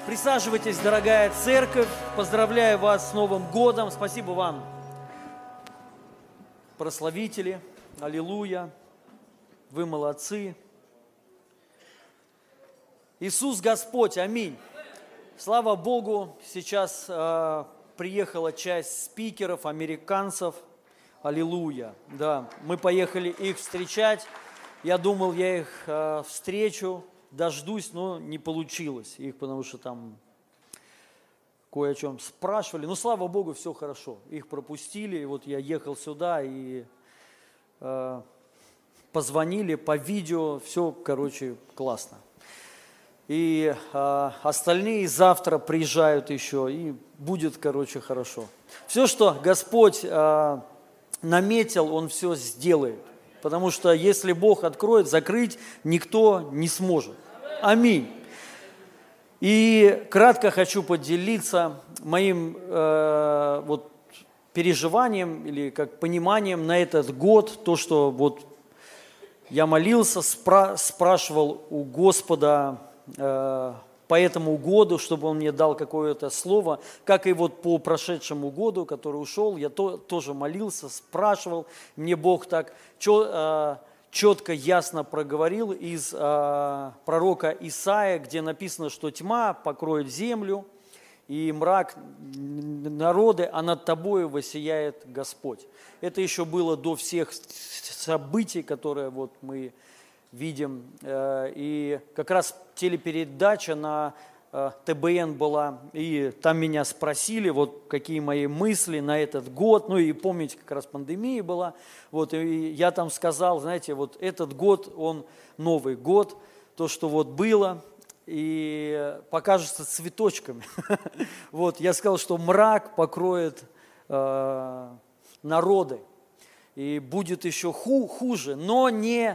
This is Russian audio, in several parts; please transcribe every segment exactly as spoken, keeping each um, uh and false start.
Присаживайтесь, дорогая церковь. Поздравляю вас с Новым годом. Спасибо вам, прославители. Аллилуйя. Вы молодцы. Иисус Господь. Аминь. Слава Богу. Сейчас э, приехала часть спикеров, американцев. Аллилуйя. Да, мы поехали их встречать. Я думал, я их э, встречу, дождусь, но не получилось. Их, потому что там кое о чем спрашивали. Но, слава Богу, все хорошо. Их пропустили. И вот я ехал сюда и э, позвонили по видео. Все, короче, классно. И э, остальные завтра приезжают еще. И будет, короче, хорошо. Все, что Господь э, наметил, Он все сделает. Потому что если Бог откроет, закрыть никто не сможет. Аминь. И кратко хочу поделиться моим э, вот, переживанием или как пониманием на этот год. То, что вот я молился, спра- спрашивал у Господа э, по этому году, чтобы Он мне дал какое-то слово. Как и вот по прошедшему году, который ушел, я то, тоже молился, спрашивал. Мне Бог так чё, э, четко, ясно проговорил из э, пророка Исаия, где написано, что тьма покроет землю, и мрак народы, а над тобою воссияет Господь. Это еще было до всех событий, которые вот мы видим. И как раз телепередача на тэ бэ эн была, и там меня спросили, вот какие мои мысли на этот год, ну и помните, как раз пандемия была, вот, и я там сказал, знаете, вот этот год, он Новый год, то, что вот было, и покажется цветочками. Вот, я сказал, что мрак покроет э, народы, и будет еще ху, хуже, но не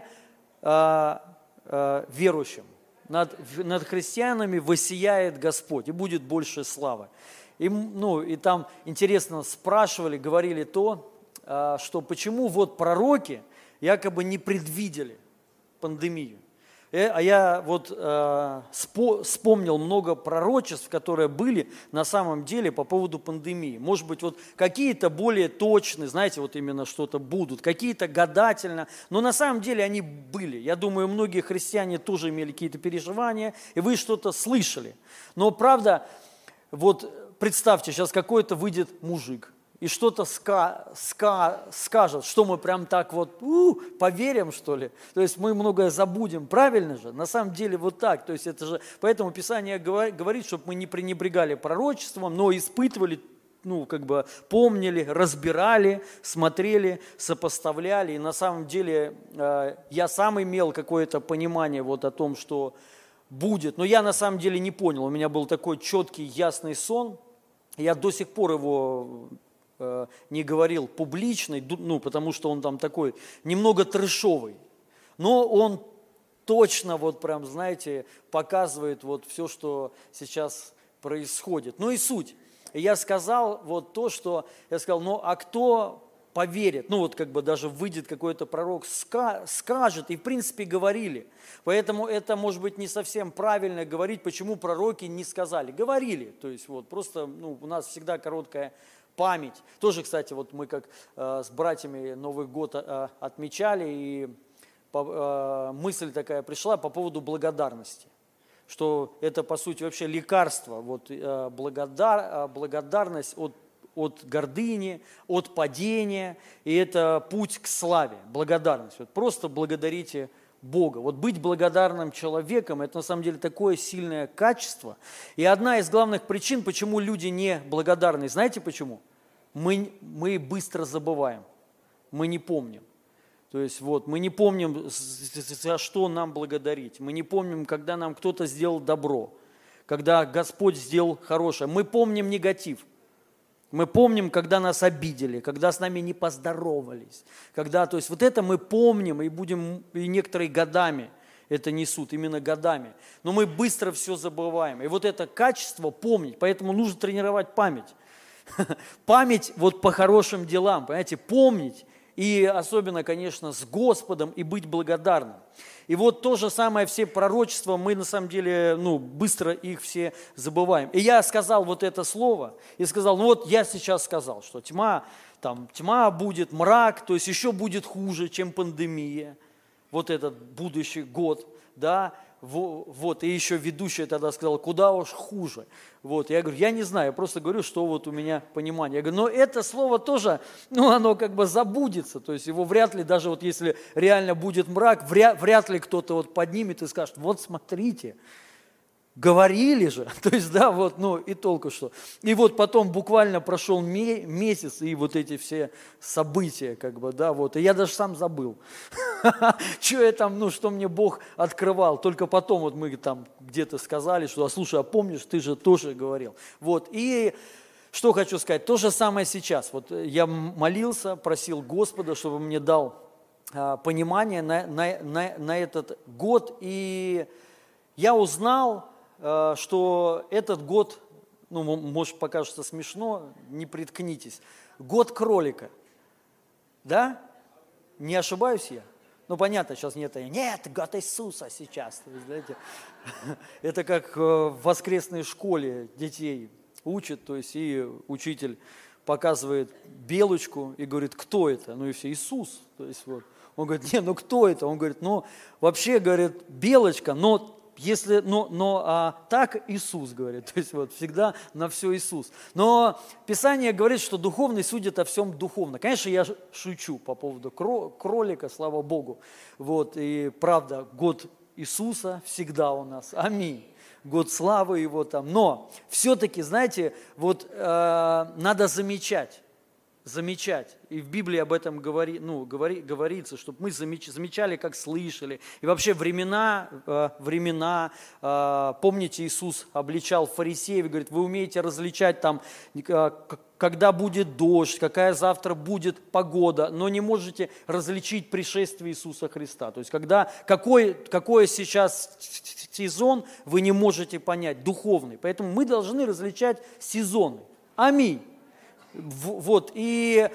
э, э, верующим. Над, над христианами воссияет Господь, и будет больше славы. И, ну, и там интересно спрашивали, говорили то, э, что почему вот пророки якобы не предвидели пандемию. А я вот э, спо, вспомнил много пророчеств, которые были на самом деле по поводу пандемии. Может быть, вот какие-то более точные, знаете, вот именно что-то будут, какие-то гадательно, но на самом деле они были. Я думаю, многие христиане тоже имели какие-то переживания, и вы что-то слышали. Но правда, вот представьте, сейчас какой-то выйдет мужик, и что-то ска, ска, скажет, что мы прям так вот у, поверим, что ли? То есть мы многое забудем, правильно же? На самом деле вот так. То есть это же, поэтому Писание говорит, чтобы мы не пренебрегали пророчеством, но испытывали, ну, как бы помнили, разбирали, смотрели, сопоставляли. И на самом деле э, я сам имел какое-то понимание вот о том, что будет. Но я на самом деле не понял. У меня был такой четкий, ясный сон. Я до сих пор его не говорил публичный, ну, потому что он там такой немного трэшовый, но он точно вот прям, знаете, показывает вот все, что сейчас происходит. Ну и суть. Я сказал вот то, что, я сказал, ну а кто поверит? Ну вот как бы даже выйдет какой-то пророк, скажет, и в принципе говорили. Поэтому это может быть не совсем правильно говорить, почему пророки не сказали. Говорили, то есть вот просто, ну, у нас всегда короткая память. Тоже, кстати, вот мы как э, с братьями Новый год э, отмечали, и по, э, мысль такая пришла по поводу благодарности, что это, по сути, вообще лекарство, вот, э, благодар, э, благодарность от, от гордыни, от падения, и это путь к славе, благодарность. Вот просто благодарите Бога. Вот быть благодарным человеком – это на самом деле такое сильное качество. И одна из главных причин, почему люди не благодарны, знаете почему? Мы, мы быстро забываем, мы не помним. То есть вот, мы не помним, за что нам благодарить, мы не помним, когда нам кто-то сделал добро, когда Господь сделал хорошее. Мы помним негатив. Мы помним, когда нас обидели, когда с нами не поздоровались, когда, то есть вот это мы помним и будем, и некоторые годами это несут, именно годами. Но мы быстро все забываем. И вот это качество помнить, поэтому нужно тренировать память. Память вот по хорошим делам, понимаете, помнить И особенно, конечно, с Господом и быть благодарным. И вот то же самое, все пророчества, мы на самом деле, ну, быстро их все забываем. И я сказал вот это слово, и сказал, ну вот я сейчас сказал, что тьма, там, тьма будет, мрак, то есть еще будет хуже, чем пандемия, вот этот будущий год, да, вот, и еще ведущая тогда сказала, куда уж хуже. Вот, я говорю, я не знаю, я просто говорю, что вот у меня понимание. Я говорю, но это слово тоже, ну, оно как бы забудется, то есть его вряд ли, даже вот если реально будет мрак, вряд, вряд ли кто-то вот поднимет и скажет, вот смотрите, говорили же, то есть, да, вот, ну, и толку что. И вот потом буквально прошел месяц, и вот эти все события, как бы, да, вот, и я даже сам забыл, что я там, ну, что мне Бог открывал. Только потом вот мы там где-то сказали, что, а слушай, а помнишь, ты же тоже говорил. Вот, и что хочу сказать, то же самое сейчас. Вот я молился, просил Господа, чтобы мне дал а, понимание на, на, на, на этот год, и я узнал, что этот год, ну, может, покажется смешно, не приткнитесь, год кролика, да? Не ошибаюсь я? Ну, понятно, сейчас нет, нет, год Иисуса сейчас, вы знаете. Это как в воскресной школе детей учат, то есть и учитель показывает белочку и говорит, кто это? Ну и все, Иисус, то есть вот. Он говорит, не, ну кто это? Он говорит, ну, вообще, говорит, белочка, но Если, но, но а, так Иисус говорит, то есть вот всегда на все Иисус. Но Писание говорит, что духовный судит о всем духовно. Конечно, я шучу по поводу кролика, слава Богу. Вот, и правда, год Иисуса всегда у нас. Аминь. Год славы его там. Но все-таки, знаете, вот э, надо замечать. замечать. И в Библии об этом говори, ну, говори, говорится, чтобы мы замеч, замечали, как слышали. И вообще времена, э, времена э, помните, Иисус обличал фарисеев, говорит, вы умеете различать, там, э, когда будет дождь, какая завтра будет погода, но не можете различить пришествие Иисуса Христа. То есть, когда, какой, какой сейчас сезон, вы не можете понять, духовный. Поэтому мы должны различать сезоны. Аминь. Вот, и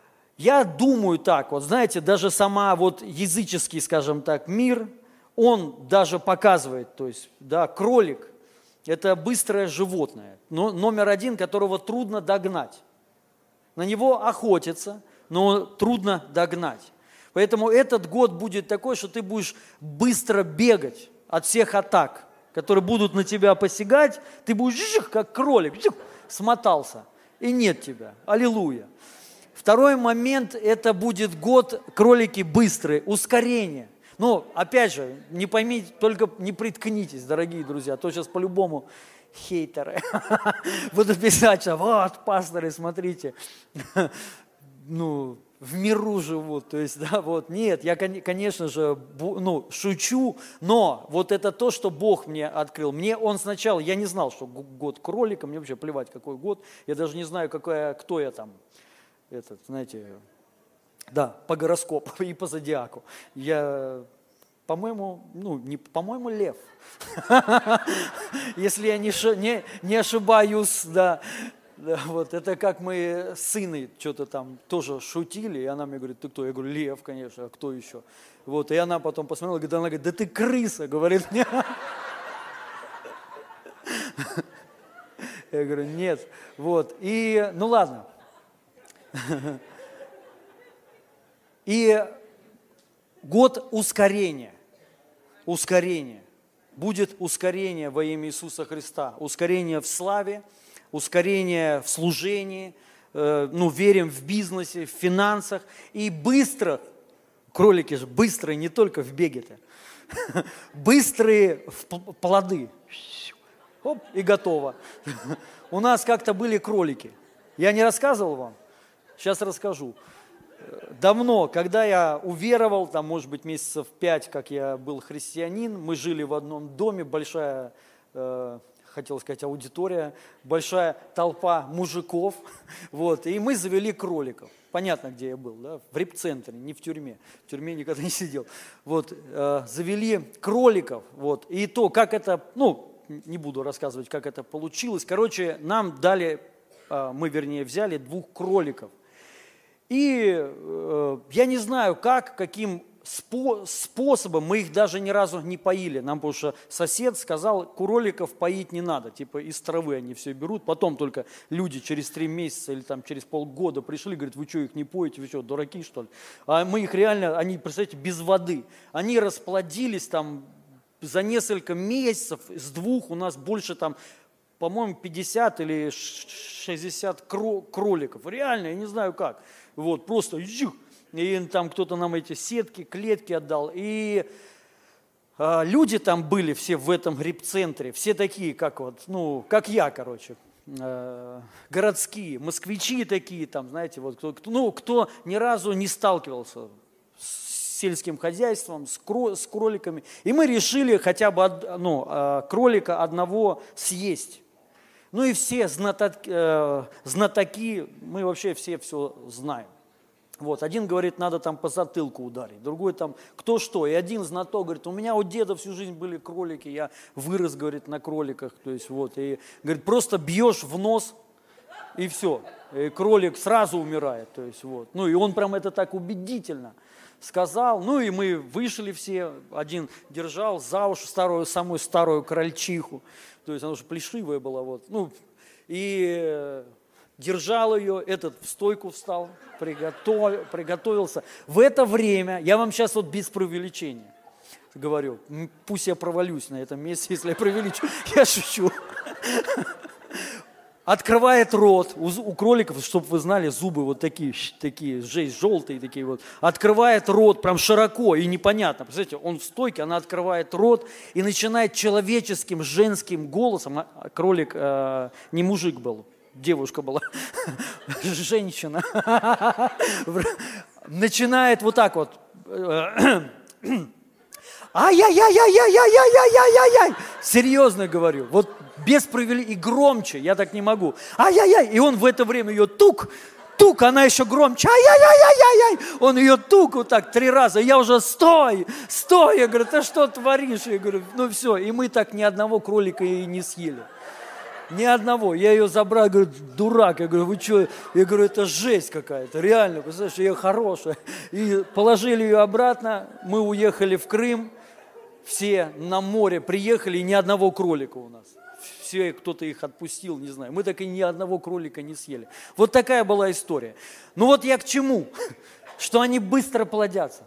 я думаю так, вот знаете, даже сама вот языческий, скажем так, мир, он даже показывает, то есть, да, кролик – это быстрое животное, но номер один, которого трудно догнать. На него охотятся, но трудно догнать. Поэтому этот год будет такой, что ты будешь быстро бегать от всех атак, которые будут на тебя посягать, ты будешь, как кролик, смотался. И нет тебя. Аллилуйя. Второй момент, это будет год кролики быстрые, ускорение. Но, опять же, не поймите, только не приткнитесь, дорогие друзья, а то сейчас по-любому хейтеры будут писать, что вот, пасторы, смотрите, ну, в миру живут, то есть, да, вот, нет, я, конечно же, ну, шучу, но вот это то, что Бог мне открыл. Мне он сначала, я не знал, что год кролика, мне вообще плевать, какой год, я даже не знаю, какая, кто я там, этот, знаете, да, по гороскопу и по зодиаку. Я, по-моему, ну, не, по-моему, лев, если я не, не ошибаюсь, да. Да, вот, это как мы с сыной что-то там тоже шутили, и она мне говорит, ты кто? Я говорю, лев, конечно, а кто еще? Вот, и она потом посмотрела, говорит, она говорит, да ты крыса, говорит мне. Я говорю, нет. Вот, и, ну ладно. И год ускорения, ускорение. Будет ускорение во имя Иисуса Христа, ускорение в славе, ускорение в служении, э, ну, верим в бизнесе, в финансах. И быстро, кролики же быстрые не только в беге-то, быстрые в плоды. Оп, и готово. У нас как-то были кролики. Я не рассказывал вам? Сейчас расскажу. Давно, когда я уверовал, там, может быть, месяцев пять, как я был христианин, мы жили в одном доме, большая... Э, хотел сказать, аудитория, большая толпа мужиков, вот, и мы завели кроликов. Понятно, где я был, да, в репцентре, не в тюрьме, в тюрьме никогда не сидел. Вот, э, завели кроликов, вот, и то, как это, ну, не буду рассказывать, как это получилось. Короче, нам дали, э, мы, вернее, взяли двух кроликов. И э, я не знаю, как, каким спо- способом, мы их даже ни разу не поили. Нам, потому что сосед сказал, кроликов поить не надо. Типа из травы они все берут. Потом только люди через три месяца или там через полгода пришли, говорят, вы что, их не поете, вы что, дураки что ли? А мы их реально, они, представляете, без воды. Они расплодились там за несколько месяцев, с двух у нас больше там, по-моему, пятьдесят или шестьдесят кроликов. Реально, я не знаю как. Вот, просто, и там кто-то нам эти сетки, клетки отдал. И а, люди там были все в этом грипп-центре, все такие, как вот, ну, как я, короче, э, городские, москвичи такие там, знаете, вот, кто, ну, кто ни разу не сталкивался с сельским хозяйством, с, кро, с кроликами. И мы решили хотя бы, ну, э, кролика одного съесть. Ну и все знатоки, э, знатоки, мы вообще все все знаем. Вот, один говорит, надо там по затылку ударить, другой там кто что. И один знаток говорит, у меня у деда всю жизнь были кролики, я вырос, говорит, на кроликах. То есть вот, и говорит, просто бьешь в нос, и все. И кролик сразу умирает. То есть вот. Ну и он прям это так убедительно сказал. Ну и мы вышли все, один держал за уши старую, самую старую крольчиху. То есть она уже плешивая была. Вот. Ну, и держал ее, этот в стойку встал, приготовил, приготовился. В это время, я вам сейчас вот без преувеличения говорю, пусть я провалюсь на этом месте, если я преувеличу, я шучу. Открывает рот, у, у кроликов, чтобы вы знали, зубы вот такие, такие, жесть, желтые такие вот. Открывает рот прям широко и непонятно. Представляете, он в стойке, она открывает рот и начинает человеческим, женским голосом, а кролик э, не мужик был, девушка была, женщина, начинает вот так вот. Ай-яй-яй-яй-яй-яй-яй-яй-яй-яй! Серьезно говорю, вот без преувеличения, и громче, я так не могу. Ай-яй-яй! И он в это время ее тук, тук, она еще громче. Ай-яй-яй-яй-яй-яй! Он ее тук вот так три раза. Я уже стой, стой! Я говорю, ты что творишь? Я говорю, ну все. И мы так ни одного кролика и не съели. Ни одного. Я ее забрал, говорю, дурак. Я говорю, вы что? Я говорю, это жесть какая-то, реально. Представляешь, я хорошая. И положили ее обратно, мы уехали в Крым. Все на море приехали, и ни одного кролика у нас. Все, кто-то их отпустил, не знаю. Мы так и ни одного кролика не съели. Вот такая была история. Ну вот я к чему? Что они быстро плодятся.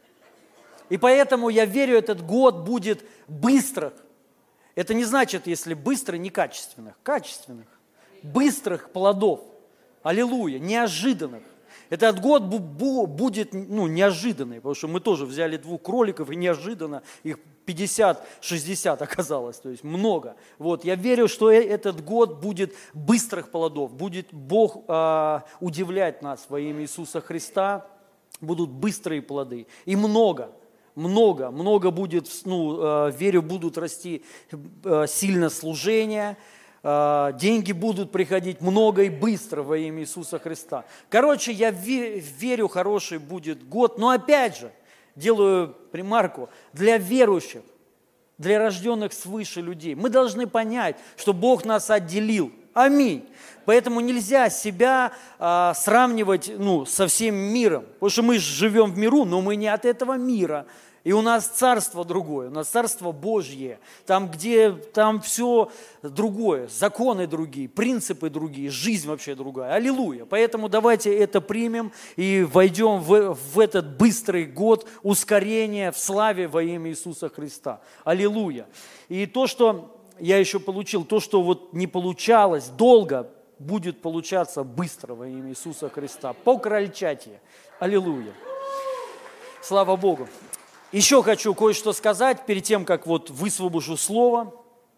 И поэтому я верю, этот год будет быстрых. Это не значит, если быстро, некачественных. Качественных. Быстрых плодов. Аллилуйя. Неожиданных. Этот год будет ну, неожиданный, потому что мы тоже взяли двух кроликов, и неожиданно их пятьдесят-шестьдесят оказалось, то есть много. Вот, я верю, что этот год будет быстрых плодов, будет Бог э, удивлять нас во имя Иисуса Христа, будут быстрые плоды, и много. Много, много будет, ну, э, верю, будут расти э, сильно служения, деньги будут приходить много и быстро во имя Иисуса Христа. Короче, я верю, хороший будет год, но опять же, делаю ремарку, для верующих, для рожденных свыше людей. Мы должны понять, что Бог нас отделил. Аминь. Поэтому нельзя себя а, сравнивать ну, со всем миром, потому что мы живем в миру, но мы не от этого мира. И у нас царство другое, у нас царство Божье, там, где там все другое, законы другие, принципы другие, жизнь вообще другая. Аллилуйя. Поэтому давайте это примем и войдем в, в этот быстрый год ускорения в славе во имя Иисуса Христа. Аллилуйя. И то, что я еще получил, то, что вот не получалось долго, будет получаться быстро во имя Иисуса Христа. По крольчатье. Аллилуйя. Слава Богу. Еще хочу кое-что сказать, перед тем, как вот высвобожу слово.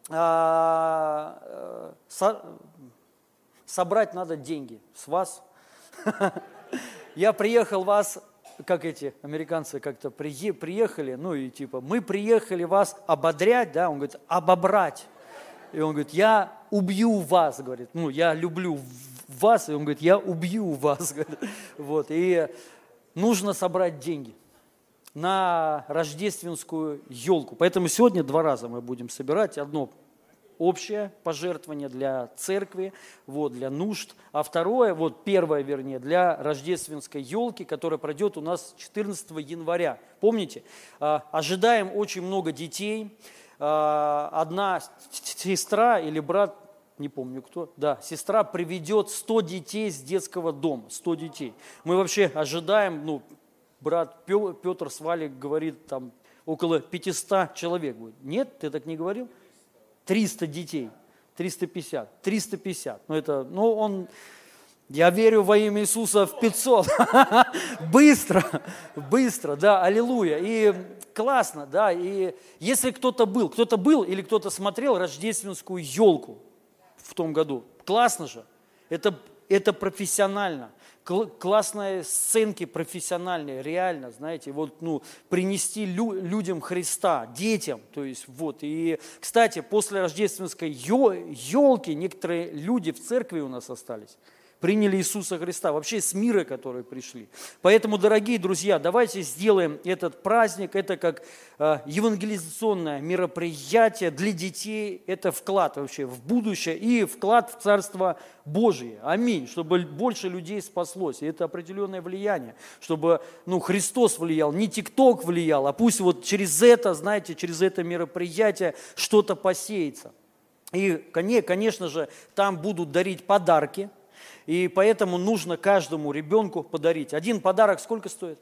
Собрать надо деньги с вас. Я приехал вас, как эти американцы как-то приехали, ну и типа, мы приехали вас ободрять, да, он говорит, обобрать. И он говорит, я убью вас, говорит, ну, я люблю вас, и он говорит, я убью вас. Вот, и нужно собрать деньги на рождественскую елку. Поэтому сегодня два раза мы будем собирать. Одно общее пожертвование для церкви, вот, для нужд. А второе, вот первое, вернее, для рождественской елки, которая пройдет у нас четырнадцатого января. Помните? Ожидаем очень много детей. Одна сестра или брат, не помню кто, да, сестра приведет сто детей с детского дома, сто детей. Мы вообще ожидаем, ну, брат Петр с Валей говорит, там около пятисот человек будет. Нет, ты так не говорил? триста детей, триста пятьдесят, триста пятьдесят. Ну, это, ну, он, я верю во имя Иисуса в пятьсот. Быстро, быстро, да, аллилуйя. И классно, да, и если кто-то был, кто-то был или кто-то смотрел рождественскую елку в том году, классно же, это, это профессионально. Классные сценки профессиональные, реально, знаете, вот, ну, принести лю- людям Христа, детям, то есть, вот, и, кстати, после рождественской елки некоторые люди в церкви у нас остались, приняли Иисуса Христа, вообще с мира, которые пришли. Поэтому, дорогие друзья, давайте сделаем этот праздник, это как э, евангелизационное мероприятие для детей, это вклад вообще в будущее и вклад в Царство Божие. Аминь, чтобы больше людей спаслось. И это определенное влияние, чтобы, ну, Христос влиял, не ТикТок влиял, а пусть вот через это, знаете, через это мероприятие что-то посеется. И, конечно же, там будут дарить подарки. И поэтому нужно каждому ребенку подарить. Один подарок сколько стоит?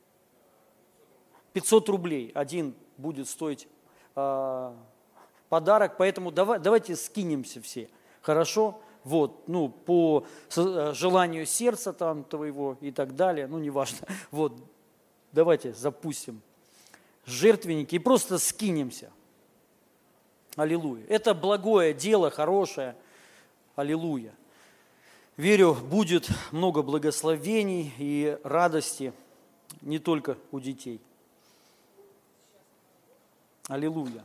пятьсот рублей. Один будет стоить э, подарок. Поэтому давай, давайте скинемся все. Хорошо? Вот, ну, по желанию сердца там твоего и так далее. Ну, неважно. Вот, давайте запустим жертвенники и просто скинемся. Аллилуйя. Это благое дело, хорошее. Аллилуйя. Верю, будет много благословений и радости не только у детей. Аллилуйя.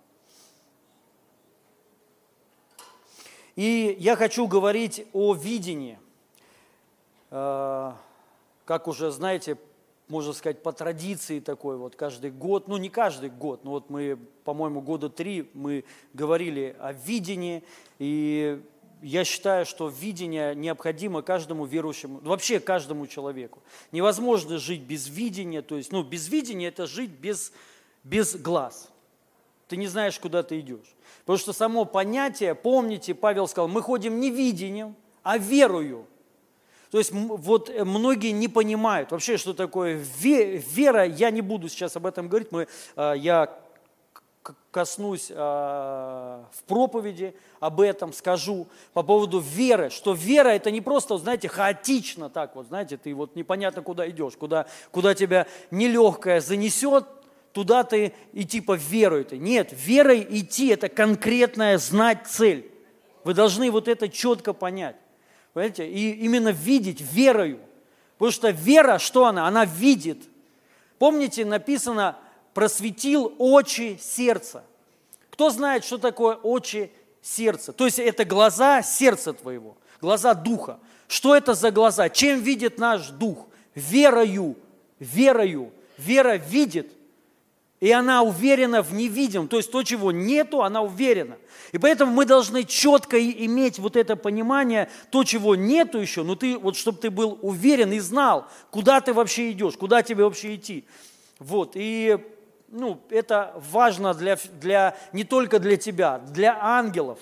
И я хочу говорить о видении. Как уже знаете, можно сказать, по традиции такой вот каждый год, ну не каждый год, но вот мы, по-моему, года три мы говорили о видении, и я считаю, что видение необходимо каждому верующему, вообще каждому человеку. Невозможно жить без видения, то есть, ну, без видения – это жить без, без глаз. Ты не знаешь, куда ты идешь. Потому что само понятие, помните, Павел сказал, мы ходим не видением, а верою. То есть вот многие не понимают вообще, что такое вера. Я не буду сейчас об этом говорить, мы, я коснусь э, в проповеди, об этом скажу, по поводу веры, что вера это не просто, знаете, хаотично так вот, знаете, ты вот непонятно куда идешь, куда, куда тебя нелегкое занесет, туда ты и типа веруй ты. Нет, верой идти это конкретная знать цель. Вы должны вот это четко понять, понимаете, и именно видеть верою, потому что вера, что она? Она видит. Помните, написано, просветил очи сердца. Кто знает, что такое очи сердца? То есть это глаза сердца твоего, глаза духа. Что это за глаза? Чем видит наш дух? Верою, верою. Вера видит, и она уверена в невидимом. То есть то, чего нету, она уверена. И поэтому мы должны четко иметь вот это понимание, то, чего нету еще, но ты, вот чтобы ты был уверен и знал, куда ты вообще идешь, куда тебе вообще идти. Вот, и ну, это важно для, для, не только для тебя, для ангелов.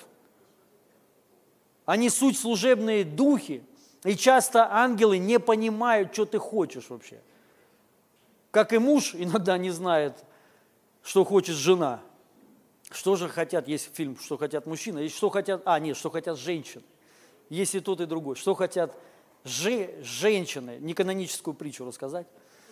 Они суть служебные духи, и часто ангелы не понимают, что ты хочешь вообще. Как и муж иногда не знает, что хочет жена. Что же хотят, есть фильм «Что хотят мужчины», есть что хотят, а нет, что хотят женщины. Есть и тот, и другой. Что хотят же, женщины, не каноническую притчу рассказать.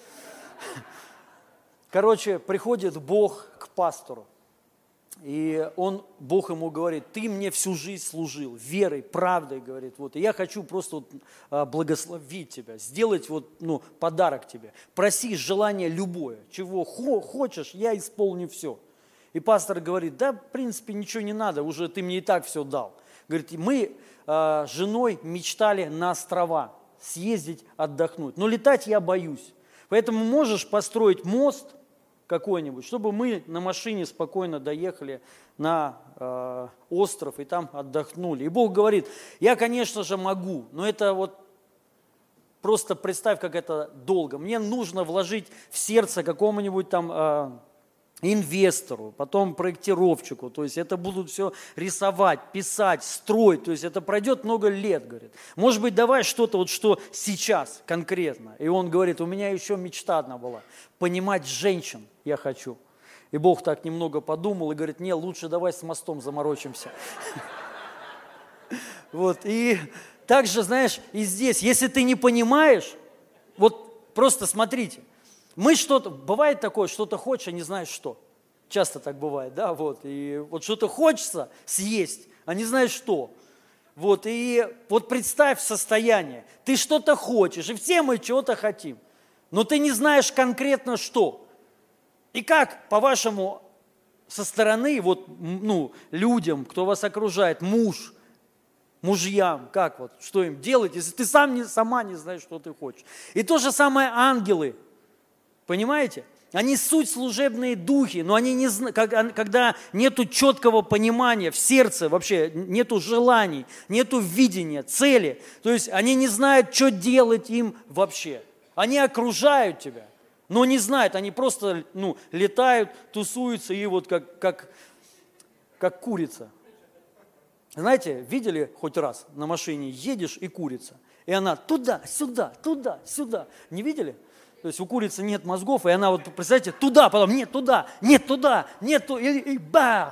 Короче, приходит Бог к пастору, и он, Бог ему говорит, ты мне всю жизнь служил, верой, правдой, говорит, вот, и я хочу просто вот, благословить тебя, сделать вот, ну, подарок тебе, проси желание любое, чего хочешь, я исполню все. И пастор говорит, да, в принципе, ничего не надо, уже ты мне и так все дал. Говорит, мы э, с женой мечтали на острова съездить, отдохнуть, но летать я боюсь, поэтому можешь построить мост какой-нибудь, чтобы мы на машине спокойно доехали на э, остров и там отдохнули. И Бог говорит, я, конечно же, могу, но это вот просто представь, как это долго. Мне нужно вложить в сердце какому-нибудь там э, инвестору, потом проектировщику, то есть это будут все рисовать, писать, строить, то есть это пройдет много лет, говорит. Может быть, давай что-то вот что сейчас конкретно. И он говорит, у меня еще мечта одна была, понимать женщин я хочу. И Бог так немного подумал и говорит, не, лучше давай с мостом заморочимся. Вот, и также, знаешь, и здесь, если ты не понимаешь, вот просто смотрите, мы что-то, бывает такое, что-то хочешь, а не знаешь что. Часто так бывает, да, вот, и вот что-то хочется съесть, а не знаешь что. Вот, и вот представь состояние, ты что-то хочешь, и все мы чего-то хотим, но ты не знаешь конкретно что. И как, по-вашему, со стороны, вот, ну, людям, кто вас окружает, муж, мужьям, как вот, что им делать, если ты сам не, сама не знаешь, что ты хочешь. И то же самое ангелы, понимаете? Они суть служебные духи, но они не знают, когда нету четкого понимания в сердце, вообще нету желаний, нету видения, цели, то есть они не знают, что делать им вообще. Они окружают тебя, но не знают, они просто ну, летают, тусуются и вот как, как, как курица. Знаете, видели хоть раз на машине едешь и курица, и она туда, сюда, туда, сюда. Не видели? То есть у курицы нет мозгов, и она вот, представляете, туда, потом нет туда, нет туда, нет туда, и, и бах!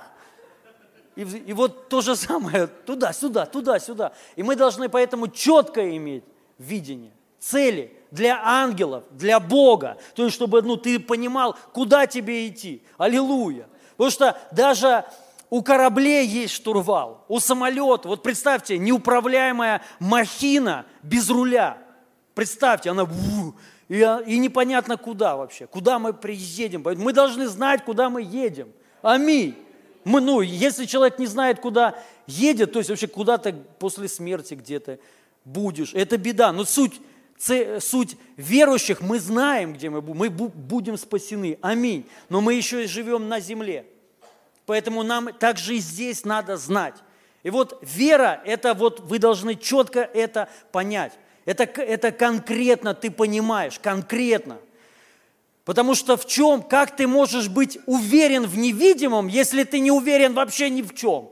И, и вот то же самое, туда, сюда, туда, сюда. И мы должны поэтому четко иметь видение, цели для ангелов, для Бога. То есть, чтобы ну, ты понимал, куда тебе идти. Аллилуйя. Потому что даже у кораблей есть штурвал, у самолета, вот представьте, неуправляемая махина без руля. Представьте, она... И, и непонятно куда вообще, куда мы приедем. Мы должны знать, куда мы едем. Аминь. Мы, ну, если человек не знает, куда едет, то есть вообще куда-то после смерти где-то будешь, это беда. Но суть, суть верующих, мы знаем, где мы будем, мы будем спасены. Аминь. Но мы еще и живем на земле. Поэтому нам также и здесь надо знать. И вот вера, это вот вы должны четко это понять. Это, это конкретно ты понимаешь, конкретно. Потому что в чем, как ты можешь быть уверен в невидимом, если ты не уверен вообще ни в чем?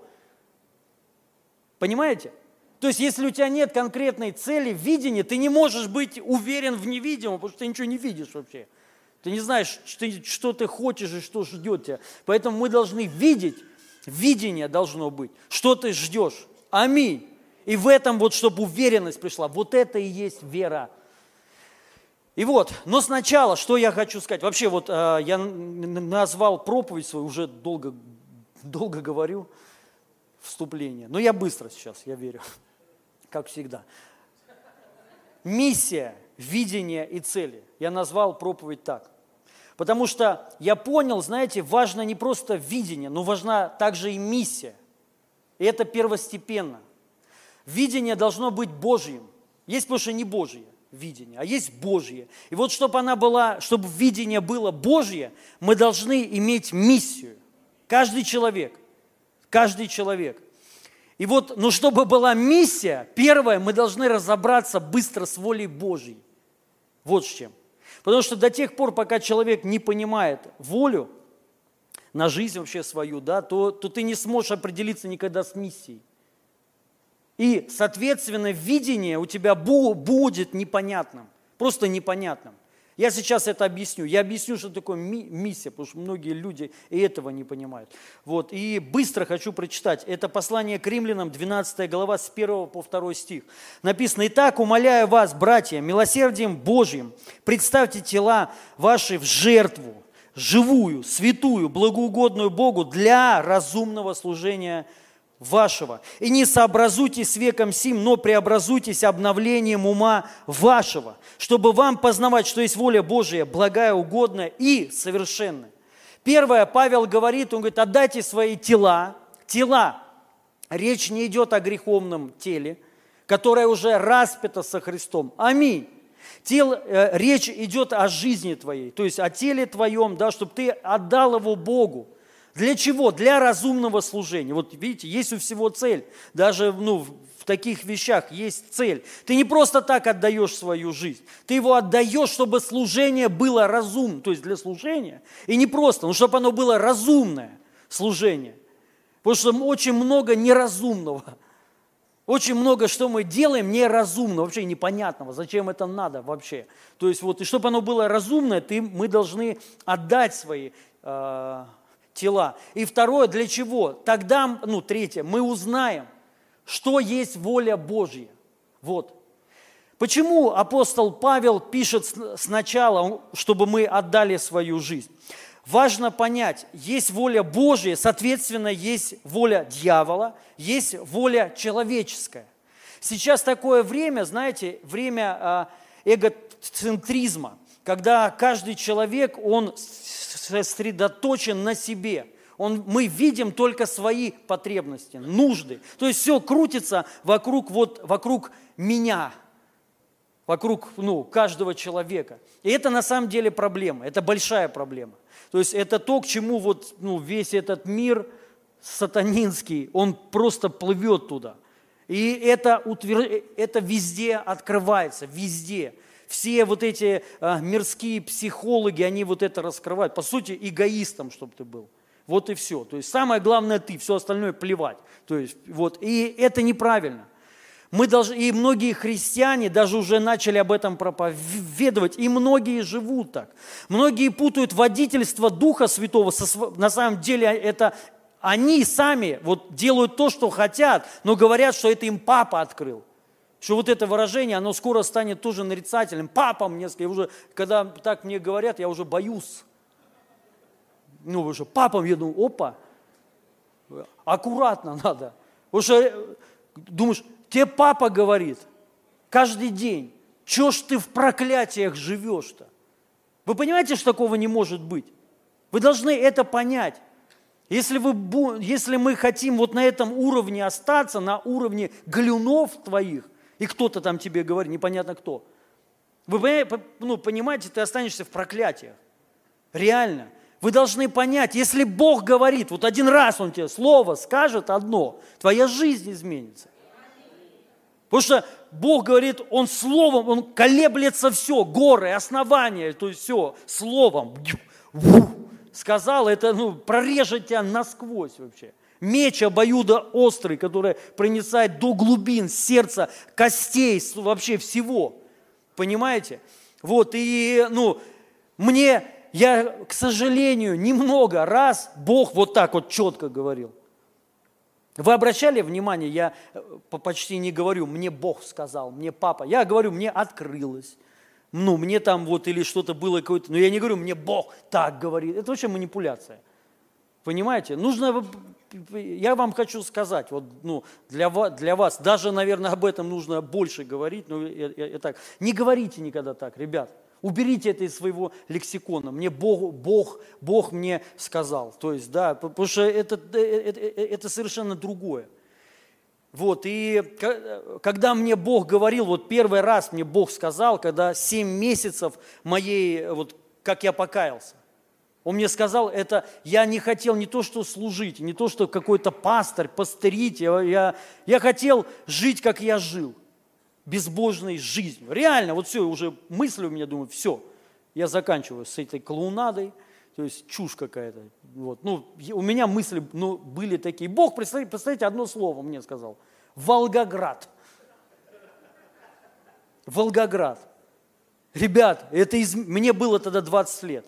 Понимаете? То есть, если у тебя нет конкретной цели, видения, ты не можешь быть уверен в невидимом, потому что ты ничего не видишь вообще. Ты не знаешь, что ты хочешь и что ждет тебя. Поэтому мы должны видеть, видение должно быть, что ты ждешь. Аминь. И в этом вот, чтобы уверенность пришла, вот это и есть вера. И вот, но сначала, что я хочу сказать. Вообще, вот э, я назвал проповедь свою, уже долго, долго говорю, вступление. Но я быстро сейчас, я верю, как всегда. Миссия, видение и цели. Я назвал проповедь так. Потому что я понял, знаете, важно не просто видение, но важна также и миссия. И это первостепенно. Видение должно быть Божьим. Есть, потому что не Божье видение, а есть Божье. И вот чтобы она была, чтобы видение было Божье, мы должны иметь миссию. Каждый человек. Каждый человек. И вот, но чтобы была миссия, первое, мы должны разобраться быстро с волей Божьей. Вот с чем. Потому что до тех пор, пока человек не понимает волю на жизнь вообще свою, да, то, то ты не сможешь определиться никогда с миссией. И, соответственно, видение у тебя будет непонятным, просто непонятным. Я сейчас это объясню. Я объясню, что такое миссия, потому что многие люди и этого не понимают. Вот. И быстро хочу прочитать. Это послание к римлянам, двенадцатая глава, с первого по второй стих. Написано: «Итак, умоляю вас, братья, милосердием Божьим, представьте тела ваши в жертву, живую, святую, благоугодную Богу для разумного служения вашего. И не сообразуйтесь с веком сим, но преобразуйтесь обновлением ума вашего, чтобы вам познавать, что есть воля Божия, благая, угодная и совершенная». Первое, Павел говорит, он говорит, отдайте свои тела, тела. Речь не идет о греховном теле, которое уже распято со Христом. Аминь. Тело, э, речь идет о жизни твоей, то есть о теле твоем, да, чтобы ты отдал его Богу. Для чего? Для разумного служения. Вот видите, есть у всего цель. Даже ну, в таких вещах есть цель. Ты не просто так отдаешь свою жизнь. Ты его отдаешь, чтобы служение было разумным. То есть для служения. И не просто, но чтобы оно было разумное служение. Потому что очень много неразумного. Очень много, что мы делаем, неразумно, вообще непонятного, зачем это надо вообще. То есть вот, и чтобы оно было разумное, ты, мы должны отдать свои э, тела. И второе, для чего? Тогда, ну, третье, мы узнаем, что есть воля Божья. Вот. Почему апостол Павел пишет сначала, чтобы мы отдали свою жизнь? Важно понять, есть воля Божья, соответственно, есть воля дьявола, есть воля человеческая. Сейчас такое время, знаете, время эгоцентризма, когда каждый человек, он сосредоточен на себе. Он, мы видим только свои потребности, нужды. То есть все крутится вокруг, вот, вокруг меня, вокруг ну, каждого человека. И это на самом деле проблема, это большая проблема. То есть это то, к чему вот, ну, весь этот мир сатанинский, он просто плывет туда. И это, утвер... это везде открывается, везде. Все вот эти а, мирские психологи, они вот это раскрывают. По сути, эгоистом, чтобы ты был. Вот и все. То есть самое главное ты, все остальное плевать. То есть, вот. И это неправильно. Мы должны, и многие христиане даже уже начали об этом проповедовать, и многие живут так. Многие путают водительство Духа Святого, со, на самом деле это они сами вот делают то, что хотят, но говорят, что это им папа открыл. Что вот это выражение, оно скоро станет тоже нарицательным. Папа мне сказал, уже, когда так мне говорят, я уже боюсь. Ну, уже папа, я думаю, опа, аккуратно надо. Потому что думаешь, тебе папа говорит каждый день, чего ж ты в проклятиях живешь-то? Вы понимаете, что такого не может быть? Вы должны это понять. Если, вы, если мы хотим вот на этом уровне остаться, на уровне галюнов твоих, и кто-то там тебе говорит, непонятно кто, вы ну, понимаете, ты останешься в проклятиях. Реально. Вы должны понять, если Бог говорит, вот один раз Он тебе слово скажет одно, твоя жизнь изменится. Потому что Бог говорит, Он словом, Он колеблется все, горы, основания, то есть все, словом. Сказал, это ну, прорежет тебя насквозь вообще. Меч обоюдоострый, который проницает до глубин сердца, костей, вообще всего. Понимаете? Вот, и, ну, мне, я, к сожалению, немного раз Бог вот так вот четко говорил. Вы обращали внимание, я почти не говорю, мне Бог сказал, мне папа. Я говорю, мне открылось. Ну, мне там вот или что-то было какое-то, но я не говорю, мне Бог так говорит. Это вообще манипуляция. Понимаете? Нужно, я вам хочу сказать, вот, ну, для, вас, для вас, даже, наверное, об этом нужно больше говорить, но я, я, я так. Не говорите никогда так, ребят. Уберите это из своего лексикона. Мне Бог, Бог, Бог мне сказал. То есть, да, потому что это, это, это совершенно другое. Вот, и когда мне Бог говорил, вот первый раз мне Бог сказал, когда семь месяцев моей, вот как я покаялся, Он мне сказал, это я не хотел не то, что служить, не то, что какой-то пастырь, пастырить, я, я, я хотел жить, как я жил, безбожной жизнью. Реально, вот все, уже мысли у меня, думаю, все, я заканчиваю с этой клоунадой, то есть чушь какая-то. Вот. Ну, у меня мысли ну, были такие. Бог, представьте, представьте, одно слово мне сказал. Волгоград. Волгоград. Ребят, это из... мне было тогда двадцать лет.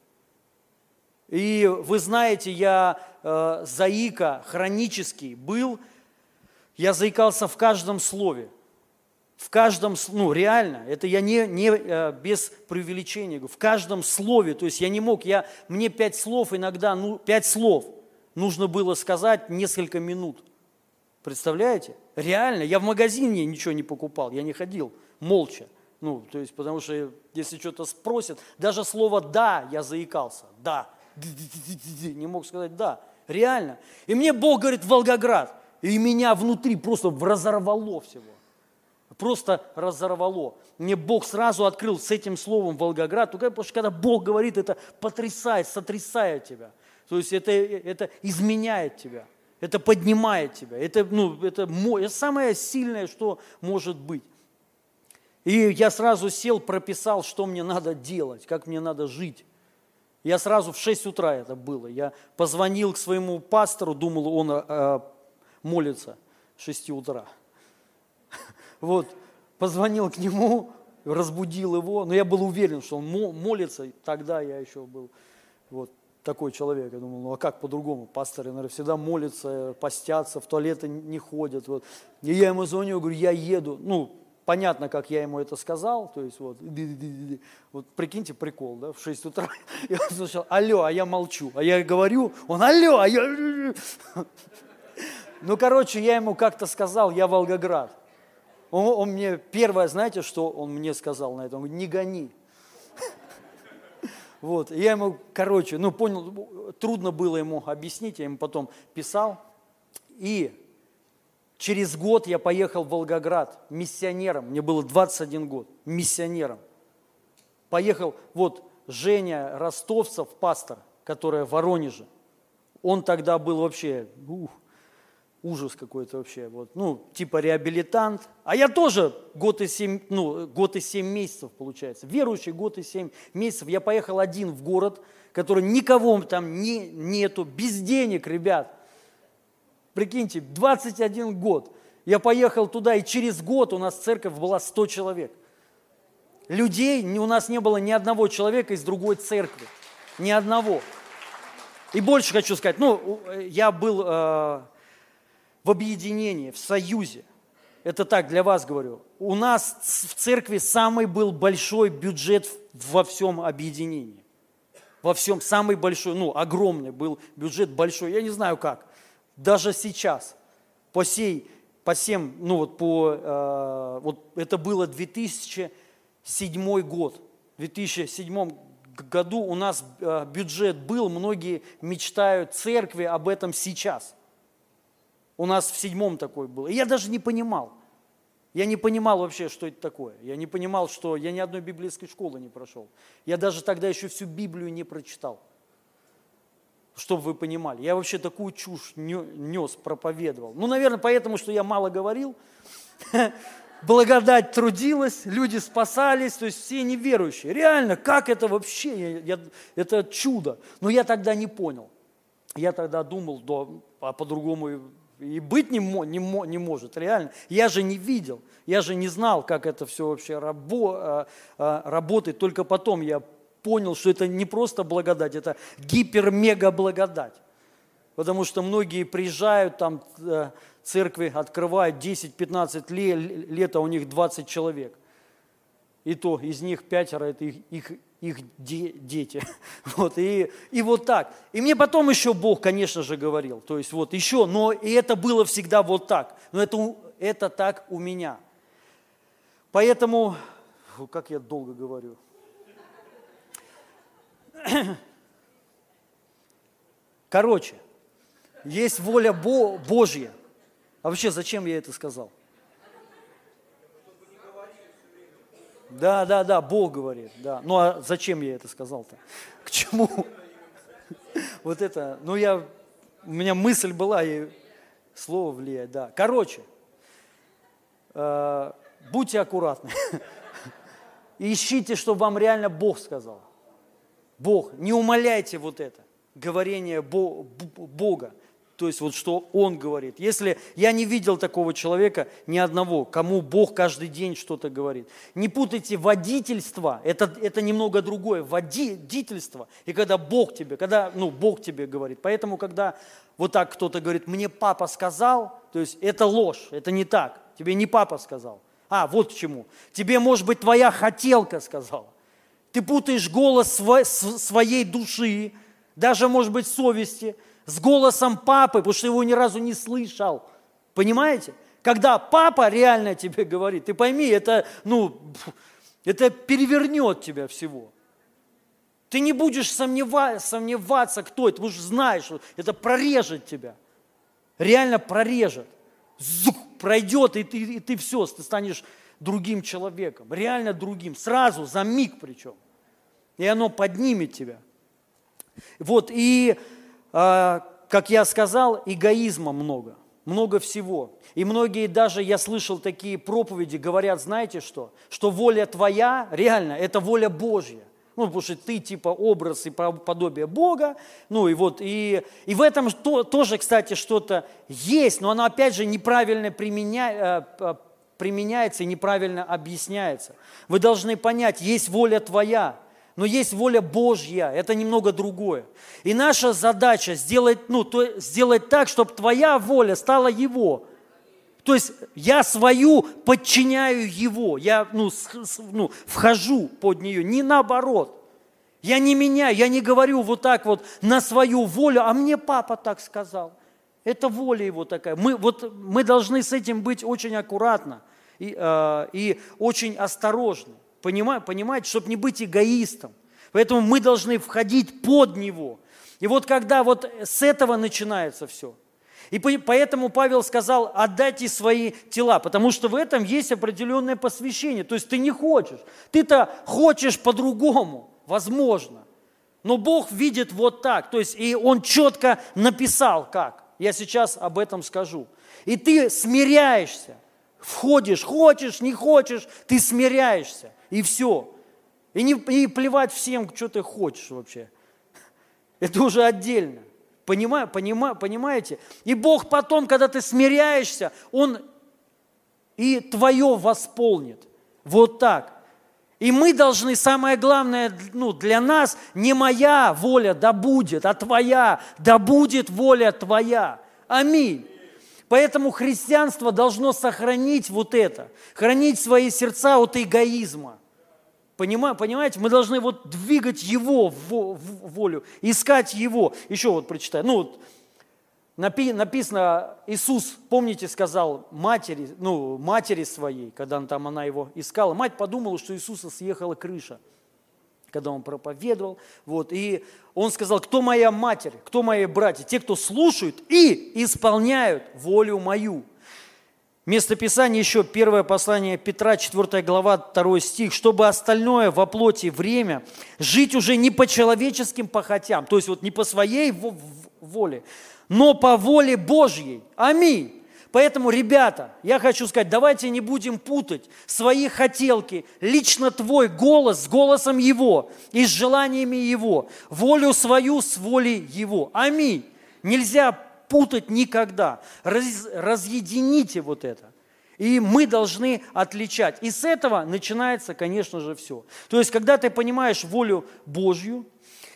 И вы знаете, я э, заика хронический был. Я заикался в каждом слове. В каждом, ну реально, это я не, не без преувеличения говорю, в каждом слове, то есть я не мог, я, мне пять слов иногда, ну пять слов нужно было сказать несколько минут. Представляете? Реально, я в магазине ничего не покупал, я не ходил молча. Ну, то есть, потому что если что-то спросят, даже слово «да» я заикался, «да», не мог сказать «да», реально. И мне Бог говорит «Волгоград», и меня внутри просто разорвало всего. Просто разорвало. Мне Бог сразу открыл с этим словом Волгоград, потому что когда Бог говорит, это потрясает, сотрясает тебя. То есть это, это изменяет тебя, это поднимает тебя. Это, ну, это, это самое сильное, что может быть. И я сразу сел, прописал, что мне надо делать, как мне надо жить. Я сразу в шесть утра это было. Я позвонил к своему пастору, думал, он э, молится в шесть утра. Вот, позвонил к нему, разбудил его, но я был уверен, что он молится, тогда я еще был вот такой человек. Я думал, ну а как по-другому? Пасторы, наверное, всегда молятся, постятся, в туалеты не ходят. Вот. И я ему звоню, говорю, я еду. Ну, понятно, как я ему это сказал, то есть вот, вот прикиньте прикол, да, в шесть утра. Я слышал, алло, а я молчу, а я говорю, он алло, а я... Ну, короче, я ему как-то сказал, я Волгоград. Он, он мне, первое, знаете, что он мне сказал на это? Он говорит, не гони. Вот, я ему, короче, ну, понял, трудно было ему объяснить, я ему потом писал. И через год я поехал в Волгоград миссионером, мне было двадцать один год, миссионером. Поехал, вот, Женя Ростовцев, пастор, который в Воронеже, он тогда был вообще... Ух, ужас какой-то вообще, вот, ну, типа реабилитант. А я тоже год и семь, ну, год и семь месяцев, получается. Верующий год и семь месяцев. Я поехал один в город, который никого там не, нету, без денег, ребят. Прикиньте, двадцать один год. Я поехал туда, и через год у нас церковь была сто человек. Людей, у нас не было ни одного человека из другой церкви. Ни одного. И больше хочу сказать, ну, я был... Э, в объединении, в союзе. Это так, для вас говорю. У нас в церкви самый был большой бюджет во всем объединении. Во всем, самый большой, ну, огромный был бюджет, большой. Я не знаю как. Даже сейчас, по сей, по всем, ну, вот по, э, вот это было две тысячи седьмой год. В две тысячи седьмом году у нас э, бюджет был, многие мечтают церкви об этом сейчас. У нас в седьмом такой был. И я даже не понимал. Я не понимал вообще, что это такое. Я не понимал, что я ни одной библейской школы не прошел. Я даже тогда еще всю Библию не прочитал. Чтобы вы понимали. Я вообще такую чушь нес, проповедовал. Ну, наверное, поэтому, что я мало говорил. Благодать трудилась, люди спасались, то есть все неверующие. Реально, как это вообще? Я, я, это чудо. Но я тогда не понял. Я тогда думал, да, а по-другому... И быть не, не, не может, реально. Я же не видел, я же не знал, как это все вообще рабо, работает. Только потом я понял, что это не просто благодать, это гипер-мега-благодать. Потому что многие приезжают, там церкви открывают десять-пятнадцать лет, а у них двадцать человек. И то из них пятеро – это их, их, их де, дети. Вот, и, и вот так. И мне потом еще Бог, конечно же, говорил. То есть вот еще, но и это было всегда вот так. Но это, это так у меня. Поэтому, как я долго говорю. Короче, есть воля Бо, Божья. А вообще, зачем я это сказал? Да, да, да, Бог говорит, да. Ну а зачем я это сказал-то? К чему? Вот это, ну я, у меня мысль была, и слово влияет, да. Короче, э, будьте аккуратны. Ищите, чтобы вам реально Бог сказал. Бог, не умаляйте вот это, говорение Бога. То есть вот что Он говорит. Если я не видел такого человека, ни одного, кому Бог каждый день что-то говорит. Не путайте водительство, это, это немного другое, водительство, и когда Бог тебе, когда, ну, Бог тебе говорит. Поэтому, когда вот так кто-то говорит, мне папа сказал, то есть это ложь, это не так, тебе не папа сказал. А, вот к чему. Тебе, может быть, твоя хотелка сказала. Ты путаешь голос своей души, даже, может быть, совести, с голосом папы, потому что его ни разу не слышал. Понимаете? Когда папа реально тебе говорит, ты пойми, это, ну, это перевернет тебя всего. Ты не будешь сомневаться, сомневаться, кто это, потому что знаешь, что это прорежет тебя. Реально прорежет. Зух, пройдет, и ты, и ты все, ты станешь другим человеком, реально другим, сразу, за миг причем. И оно поднимет тебя. Вот, и, э, как я сказал, эгоизма много, много всего. И многие даже, я слышал такие проповеди, говорят, знаете что? Что воля твоя, реально, это воля Божья. Ну, потому что ты типа образ и подобие Бога, ну и вот, и, и в этом то, тоже, кстати, что-то есть, но оно опять же неправильно применя, применяется и неправильно объясняется. Вы должны понять, есть воля твоя, но есть воля Божья, это немного другое. И наша задача сделать, ну, то, сделать так, чтобы твоя воля стала Его. То есть я свою подчиняю Его, я ну, с, с, ну, вхожу под нее, не наоборот. Я не меняю, я не говорю вот так вот на свою волю, а мне папа так сказал. Это воля Его такая. Мы, вот, мы должны с этим быть очень аккуратно и, э, и очень осторожны, понимаете, понимаете, чтобы не быть эгоистом. Поэтому мы должны входить под Него. И вот когда вот с этого начинается все. И поэтому Павел сказал, отдайте свои тела, потому что в этом есть определенное посвящение. То есть ты не хочешь, ты-то хочешь по-другому, возможно. Но Бог видит вот так, то есть и Он четко написал как. Я сейчас об этом скажу. И ты смиряешься, входишь, хочешь, не хочешь, ты смиряешься, и все. И, не, и плевать всем, что ты хочешь вообще. Это уже отдельно. Понимаю, понимаю, понимаете? И Бог потом, когда ты смиряешься, Он и твое восполнит. Вот так. И мы должны, самое главное, ну, для нас, не моя воля да будет, а твоя, да будет воля твоя. Аминь. Поэтому христианство должно сохранить вот это, хранить свои сердца от эгоизма. Понимаете, мы должны вот двигать Его в волю, искать Его. Еще вот прочитаю. Ну вот написано, Иисус, помните, сказал матери, ну, матери своей, когда там она его искала. Мать подумала, что Иисуса съехала крыша, когда он проповедовал. Вот, и он сказал, кто моя матерь, кто мои братья? Те, кто слушают и исполняют волю мою. Место Писания еще, первое послание Петра, четвёртая глава, второй стих. «Чтобы остальное во плоти время жить уже не по человеческим похотям», то есть вот не по своей воле, но по воле Божьей. Аминь. Поэтому, ребята, я хочу сказать, давайте не будем путать свои хотелки, лично твой голос с голосом Его и с желаниями Его, волю свою с волей Его. Аминь. Нельзя путать никогда. Раз, разъедините вот это. И мы должны отличать. И с этого начинается, конечно же, все. То есть, когда ты понимаешь волю Божью,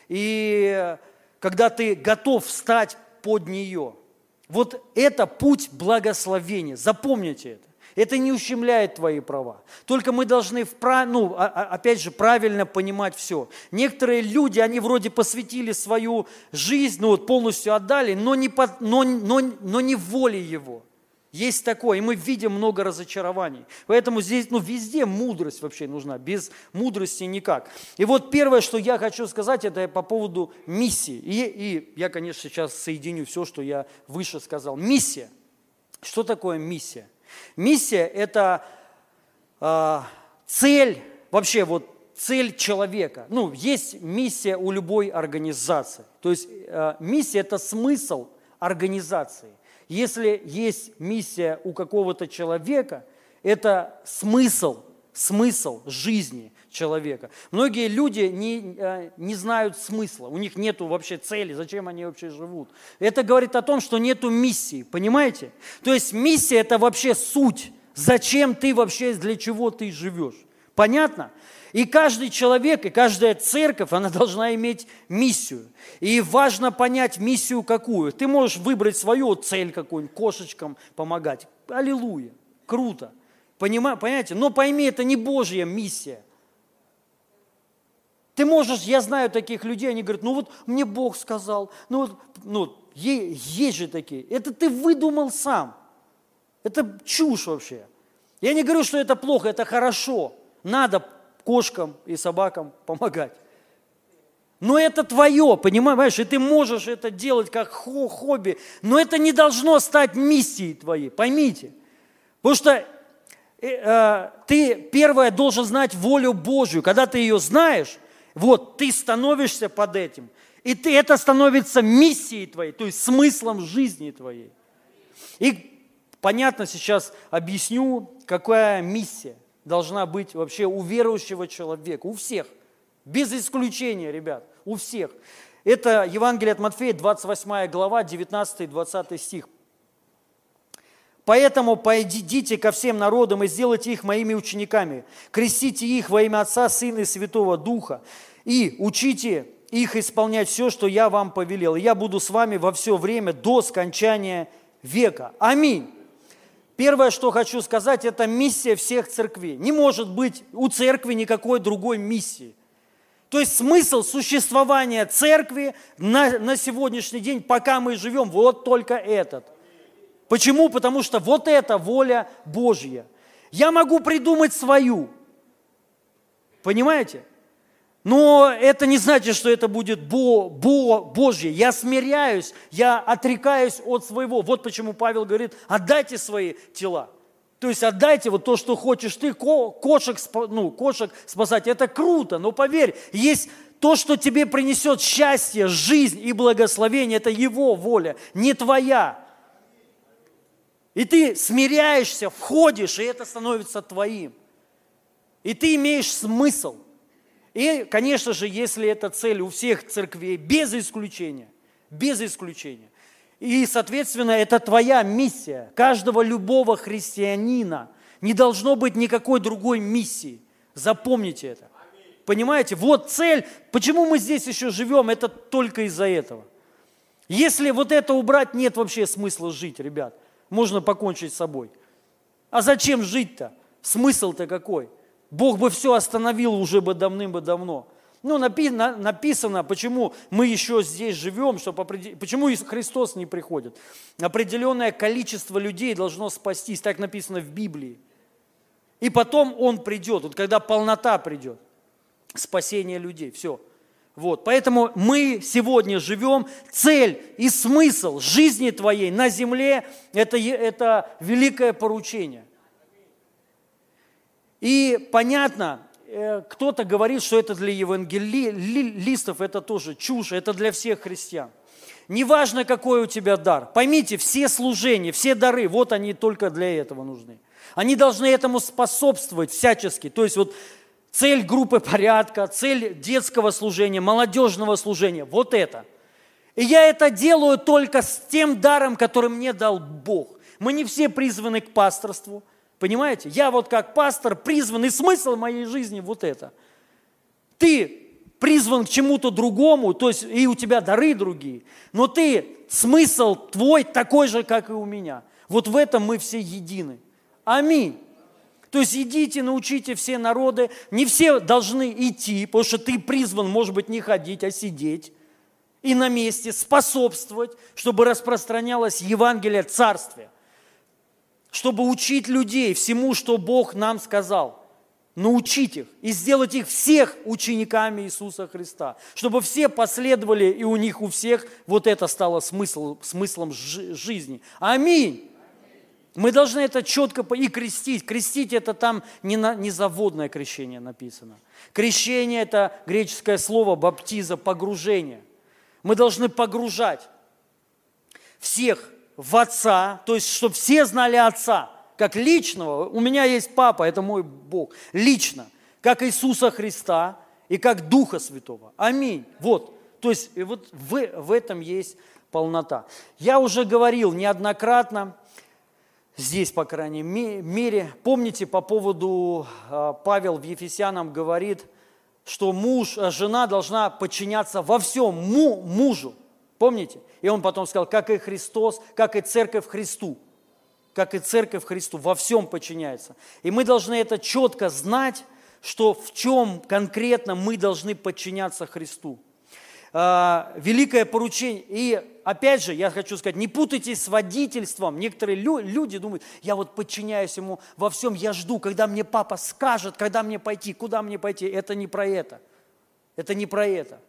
и когда ты готов встать под нее, вот это путь благословения. Запомните это. Это не ущемляет твои права. Только мы должны, вправ... ну, опять же, правильно понимать все. Некоторые люди, они вроде посвятили свою жизнь, ну вот полностью отдали, но не, по... но, но, но не в воле Его. Есть такое, и мы видим много разочарований. Поэтому здесь, ну, везде мудрость вообще нужна, без мудрости никак. И вот первое, что я хочу сказать, это по поводу миссии. И, и я, конечно, сейчас соединю все, что я выше сказал. Миссия. Что такое миссия? Миссия – это э, цель, вообще вот цель человека. Ну, есть миссия у любой организации. То есть э, миссия – это смысл организации. Если есть миссия у какого-то человека, это смысл, смысл жизни человека. Многие люди не, э, не знают смысла, у них нет вообще цели, зачем они вообще живут. Это говорит о том, что нет миссии, понимаете? То есть миссия – это вообще суть, зачем ты вообще, для чего ты живешь. Понятно? И каждый человек, и каждая церковь, она должна иметь миссию. И важно понять миссию какую. Ты можешь выбрать свою цель какую-нибудь, кошечкам помогать. Аллилуйя, круто. Понимаете? Но пойми, это не Божья миссия. Ты можешь, я знаю таких людей, они говорят, ну вот мне Бог сказал, ну вот, ну, есть же такие. Это ты выдумал сам. Это чушь вообще. Я не говорю, что это плохо, это хорошо. Надо кошкам и собакам помогать. Но это твое, понимаешь, и ты можешь это делать как хобби, но это не должно стать миссией твоей, поймите. Потому что Ты, первое, должен знать волю Божью. Когда ты ее знаешь, вот, ты становишься под этим. И ты, это становится миссией твоей, то есть смыслом жизни твоей. И понятно, сейчас объясню, какая миссия должна быть вообще у верующего человека, у всех. Без исключения, ребят, у всех. Это Евангелие от Матфея, двадцать восьмая глава, девятнадцатый и двадцатый стих. «Поэтому пойдите ко всем народам и сделайте их моими учениками, крестите их во имя Отца, Сына и Святого Духа, и учите их исполнять все, что я вам повелел. И я буду с вами во все время до скончания века». Аминь. Первое, что хочу сказать, это миссия всех церквей. Не может быть у церкви никакой другой миссии. То есть смысл существования церкви на, на сегодняшний день, пока мы живем, вот только этот. Почему? Потому что вот это воля Божья. Я могу придумать свою. Понимаете? Но это не значит, что это будет бо, бо, Божье. Я смиряюсь, я отрекаюсь от своего. Вот почему Павел говорит, отдайте свои тела. То есть отдайте вот то, что хочешь ты, кошек, ну, кошек спасать. Это круто, но поверь, есть то, что тебе принесет счастье, жизнь и благословение, это его воля, не твоя. И ты смиряешься, входишь, и это становится твоим. И ты имеешь смысл. И, конечно же, если эта цель у всех церквей, без исключения, без исключения. И, соответственно, это твоя миссия, каждого любого христианина. Не должно быть никакой другой миссии. Запомните это. Понимаете? Вот цель. Почему мы здесь еще живем, это только из-за этого. Если вот это убрать, нет вообще смысла жить, ребят. Можно покончить с собой. А зачем жить-то? Смысл-то какой? Бог бы все остановил уже бы давным-давно. Ну, написано, почему мы еще здесь живем, чтобы определ... почему Христос не приходит. Определенное количество людей должно спастись, так написано в Библии. И потом Он придет, вот когда полнота придет, спасение людей, все. Вот, поэтому мы сегодня живем, цель и смысл жизни твоей на земле – это, это великое поручение. И понятно, кто-то говорит, что это для евангелистов, это тоже чушь, это для всех христиан. Неважно, какой у тебя дар. Поймите, все служения, все дары, вот они только для этого нужны. Они должны этому способствовать всячески. То есть вот цель группы порядка, цель детского служения, молодежного служения, вот это. И я это делаю только с тем даром, который мне дал Бог. Мы не все призваны к пасторству. Понимаете? Я вот как пастор призван, и смысл моей жизни вот это. Ты призван к чему-то другому, то есть и у тебя дары другие, но ты, смысл твой такой же, как и у меня. Вот в этом мы все едины. Аминь. То есть идите, научите все народы. Не все должны идти, потому что ты призван, может быть, не ходить, а сидеть. И на месте способствовать, чтобы распространялось Евангелие Царствия. Чтобы учить людей всему, что Бог нам сказал. Научить их и сделать их всех учениками Иисуса Христа. Чтобы все последовали, и у них у всех вот это стало смысл, смыслом жизни. Аминь. Мы должны это четко и крестить. Крестить это там не, на, не заводное крещение написано. Крещение это греческое слово баптиза, погружение. Мы должны погружать всех в Отца, то есть, чтобы все знали Отца, как личного. У меня есть Папа, это мой Бог. Лично, как Иисуса Христа и как Духа Святого. Аминь. Вот, то есть, и вот в, в этом есть полнота. Я уже говорил неоднократно, здесь, по крайней мере, помните, по поводу, Павел в Ефесянам говорит, что муж, жена должна подчиняться во всем му, мужу. Помните? И он потом сказал, как и Христос, как и церковь Христу. Как и церковь Христу, во всем подчиняется. И мы должны это четко знать, что в чем конкретно мы должны подчиняться Христу. Великое поручение. И опять же, я хочу сказать, не путайтесь с водительством. Некоторые люди думают, я вот подчиняюсь ему во всем, я жду, когда мне папа скажет, когда мне пойти, куда мне пойти. Это не про это. Это не про это.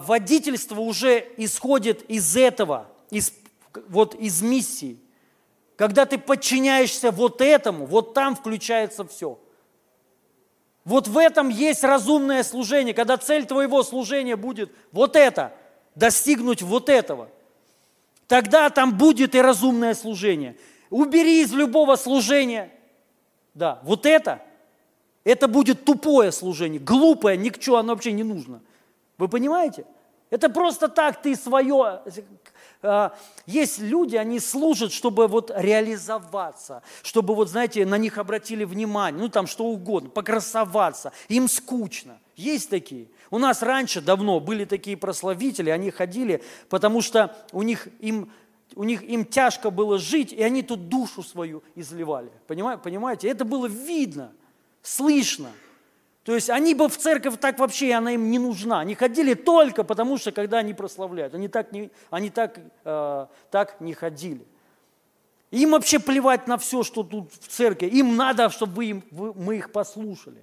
Водительство уже исходит из этого, из, вот из миссии. Когда ты подчиняешься вот этому, вот там включается все. Вот в этом есть разумное служение, когда цель твоего служения будет вот это, достигнуть вот этого. Тогда там будет и разумное служение. Убери из любого служения, да, вот это, это будет тупое служение, глупое, ни к чему оно вообще не нужно. Вы понимаете? Это просто так ты свое... Есть люди, они служат, чтобы вот реализоваться, чтобы вот, знаете, на них обратили внимание, ну там что угодно, покрасоваться, им скучно. Есть такие. У нас раньше давно были такие прославители, они ходили, потому что у них им, у них, им тяжко было жить, и они тут душу свою изливали. Понимаете? Это было видно, слышно. То есть они бы в церковь так вообще, она им не нужна. Они ходили только потому, что когда они прославляют. Они так не, они так, э, так не ходили. Им вообще плевать на все, что тут в церкви. Им надо, чтобы вы им, вы, мы их послушали.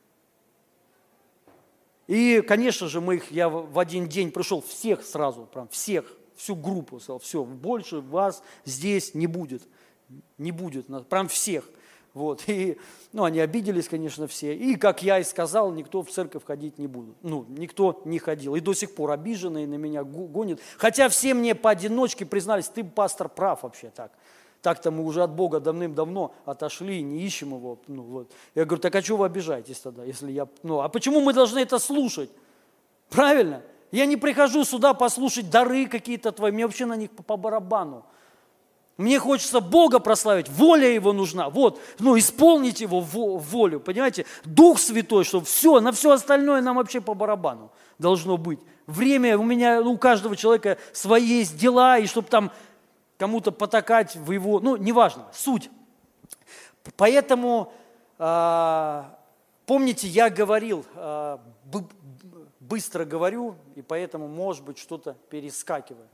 И, конечно же, мы их, я в один день пришел всех сразу, прям всех, всю группу, сказал, все, больше вас здесь не будет. Не будет, прям всех. Вот, и, ну, они обиделись, конечно, все. И, как я и сказал, никто в церковь ходить не будет. Ну, никто не ходил. И до сих пор обиженные на меня гонят. Хотя все мне поодиночке признались, ты, пастор, прав вообще так. Так-то мы уже от Бога давным-давно отошли, не ищем его. Ну, вот. Я говорю, так а чего вы обижаетесь тогда, если я... Ну, а почему мы должны это слушать? Правильно? Я не прихожу сюда послушать дары какие-то твои, мне вообще на них по, по барабану. Мне хочется Бога прославить, воля Его нужна. Вот, ну, исполнить Его волю, понимаете? Дух Святой, чтобы все, на все остальное нам вообще по барабану должно быть. Время у меня, ну, у каждого человека свои есть дела, и чтобы там кому-то потакать в его, ну, неважно, суть. Поэтому, э, помните, я говорил, э, быстро говорю, и поэтому, может быть, что-то перескакиваю.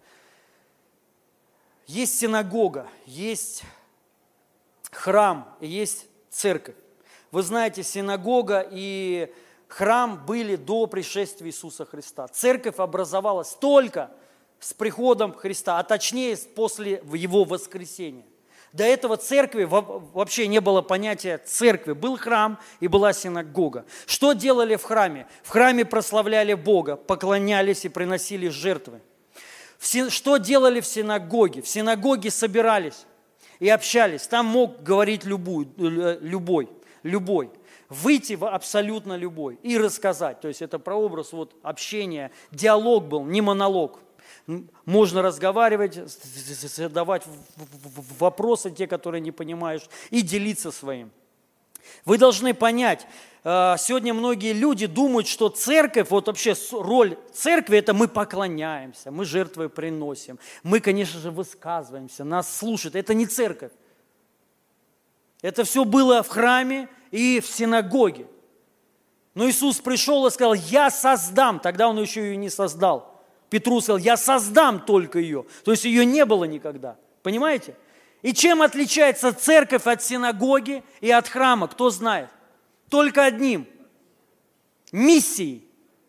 Есть синагога, есть храм, и есть церковь. Вы знаете, синагога и храм были до пришествия Иисуса Христа. Церковь образовалась только с приходом Христа, а точнее после Его воскресения. До этого церкви вообще не было понятия церкви. Был храм и была синагога. Что делали в храме? В храме прославляли Бога, поклонялись и приносили жертвы. Что делали в синагоге? В синагоге собирались и общались. Там мог говорить любой, любой, любой. Выйти в абсолютно любой и рассказать. То есть это прообраз вот, общения, диалог был, не монолог. Можно разговаривать, задавать вопросы, те, которые не понимаешь, и делиться своим. Вы должны понять, сегодня многие люди думают, что церковь, вот вообще роль церкви, это мы поклоняемся, мы жертвы приносим, мы, конечно же, высказываемся, нас слушают. Это не церковь. Это все было в храме и в синагоге. Но Иисус пришел и сказал, я создам, тогда Он еще ее не создал. Петру сказал, я создам только ее. То есть ее не было никогда. Понимаете? И чем отличается церковь от синагоги и от храма? Кто знает? Только одним. Миссией.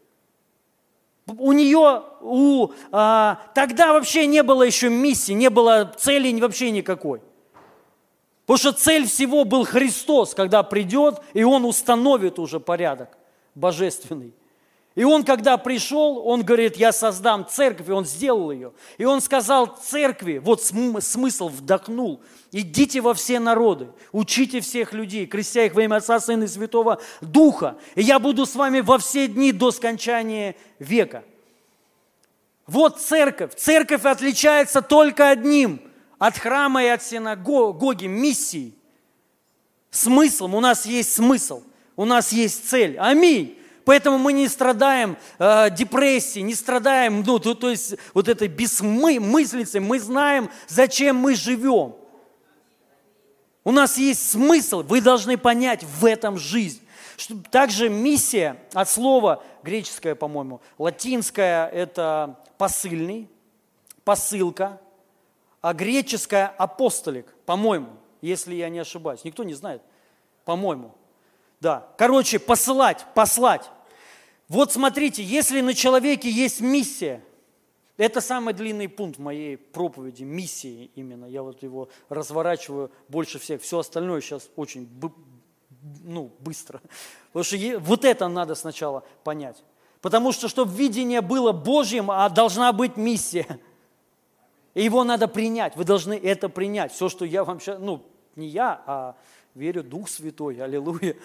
У нее, у, а, тогда вообще не было еще миссии, не было цели вообще никакой. Потому что цель всего был Христос, когда придет, и Он установит уже порядок божественный. И Он, когда пришел, Он говорит, я создам церковь, и Он сделал ее. И Он сказал церкви, вот смысл вдохнул, идите во все народы, учите всех людей, крестя их во имя Отца, Сына и Святого Духа, и я буду с вами во все дни до скончания века. Вот церковь. Церковь отличается только одним от храма и от синагоги, миссией. Смыслом. У нас есть смысл, у нас есть цель. Аминь. Поэтому мы не страдаем э, депрессией, не страдаем, ну, то, то есть вот этой бессмыслицей. Мы знаем, зачем мы живем. У нас есть смысл, вы должны понять в этом жизнь. Что, также миссия от слова греческое, по-моему, латинское – это посыльный, посылка, а греческое – апостолик, по-моему, если я не ошибаюсь. Никто не знает, по-моему. Да, короче, посылать, послать. Вот смотрите, если на человеке есть миссия, Это самый длинный пункт моей проповеди, миссии именно. Я вот его разворачиваю больше всех. Все остальное сейчас очень ну, быстро. Потому что вот это надо сначала понять. Потому что, чтобы видение было Божьим, а должна быть миссия. И его надо принять. Вы должны это принять. Все, что я вам сейчас, ну, не я, а верю, Дух Святой, аллилуйя.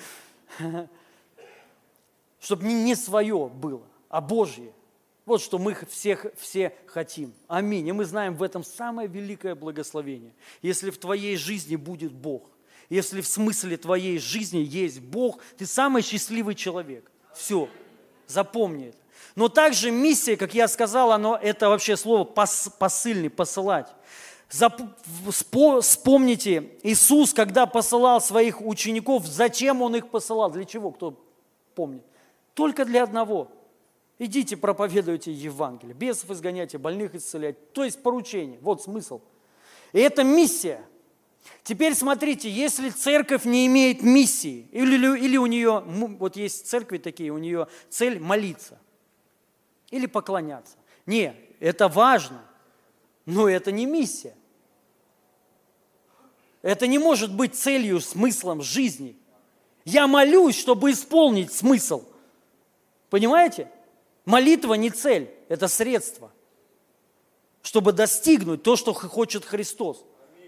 Чтобы не, не свое было, а Божье. Вот что мы всех, все хотим. Аминь. И мы знаем в этом самое великое благословение. Если в твоей жизни будет Бог, если в смысле твоей жизни есть Бог, ты самый счастливый человек. Все, запомни это. Но также миссия, как я сказал, оно, это вообще слово пос, посыльный, посылать. Зап, вспомните, Иисус, когда посылал своих учеников, зачем Он их посылал? Для чего? Кто помнит? Только для одного. Идите, проповедуйте Евангелие, бесов изгоняйте, больных исцеляйте. То есть поручение, вот смысл. И это миссия. Теперь смотрите, если церковь не имеет миссии, или, или у нее, вот есть церкви такие, у нее цель молиться или поклоняться. Не, это важно, но это не миссия. Это не может быть целью, смыслом жизни. Я молюсь, чтобы исполнить смысл. Понимаете? Молитва не цель, это средство, чтобы достигнуть то, что хочет Христос.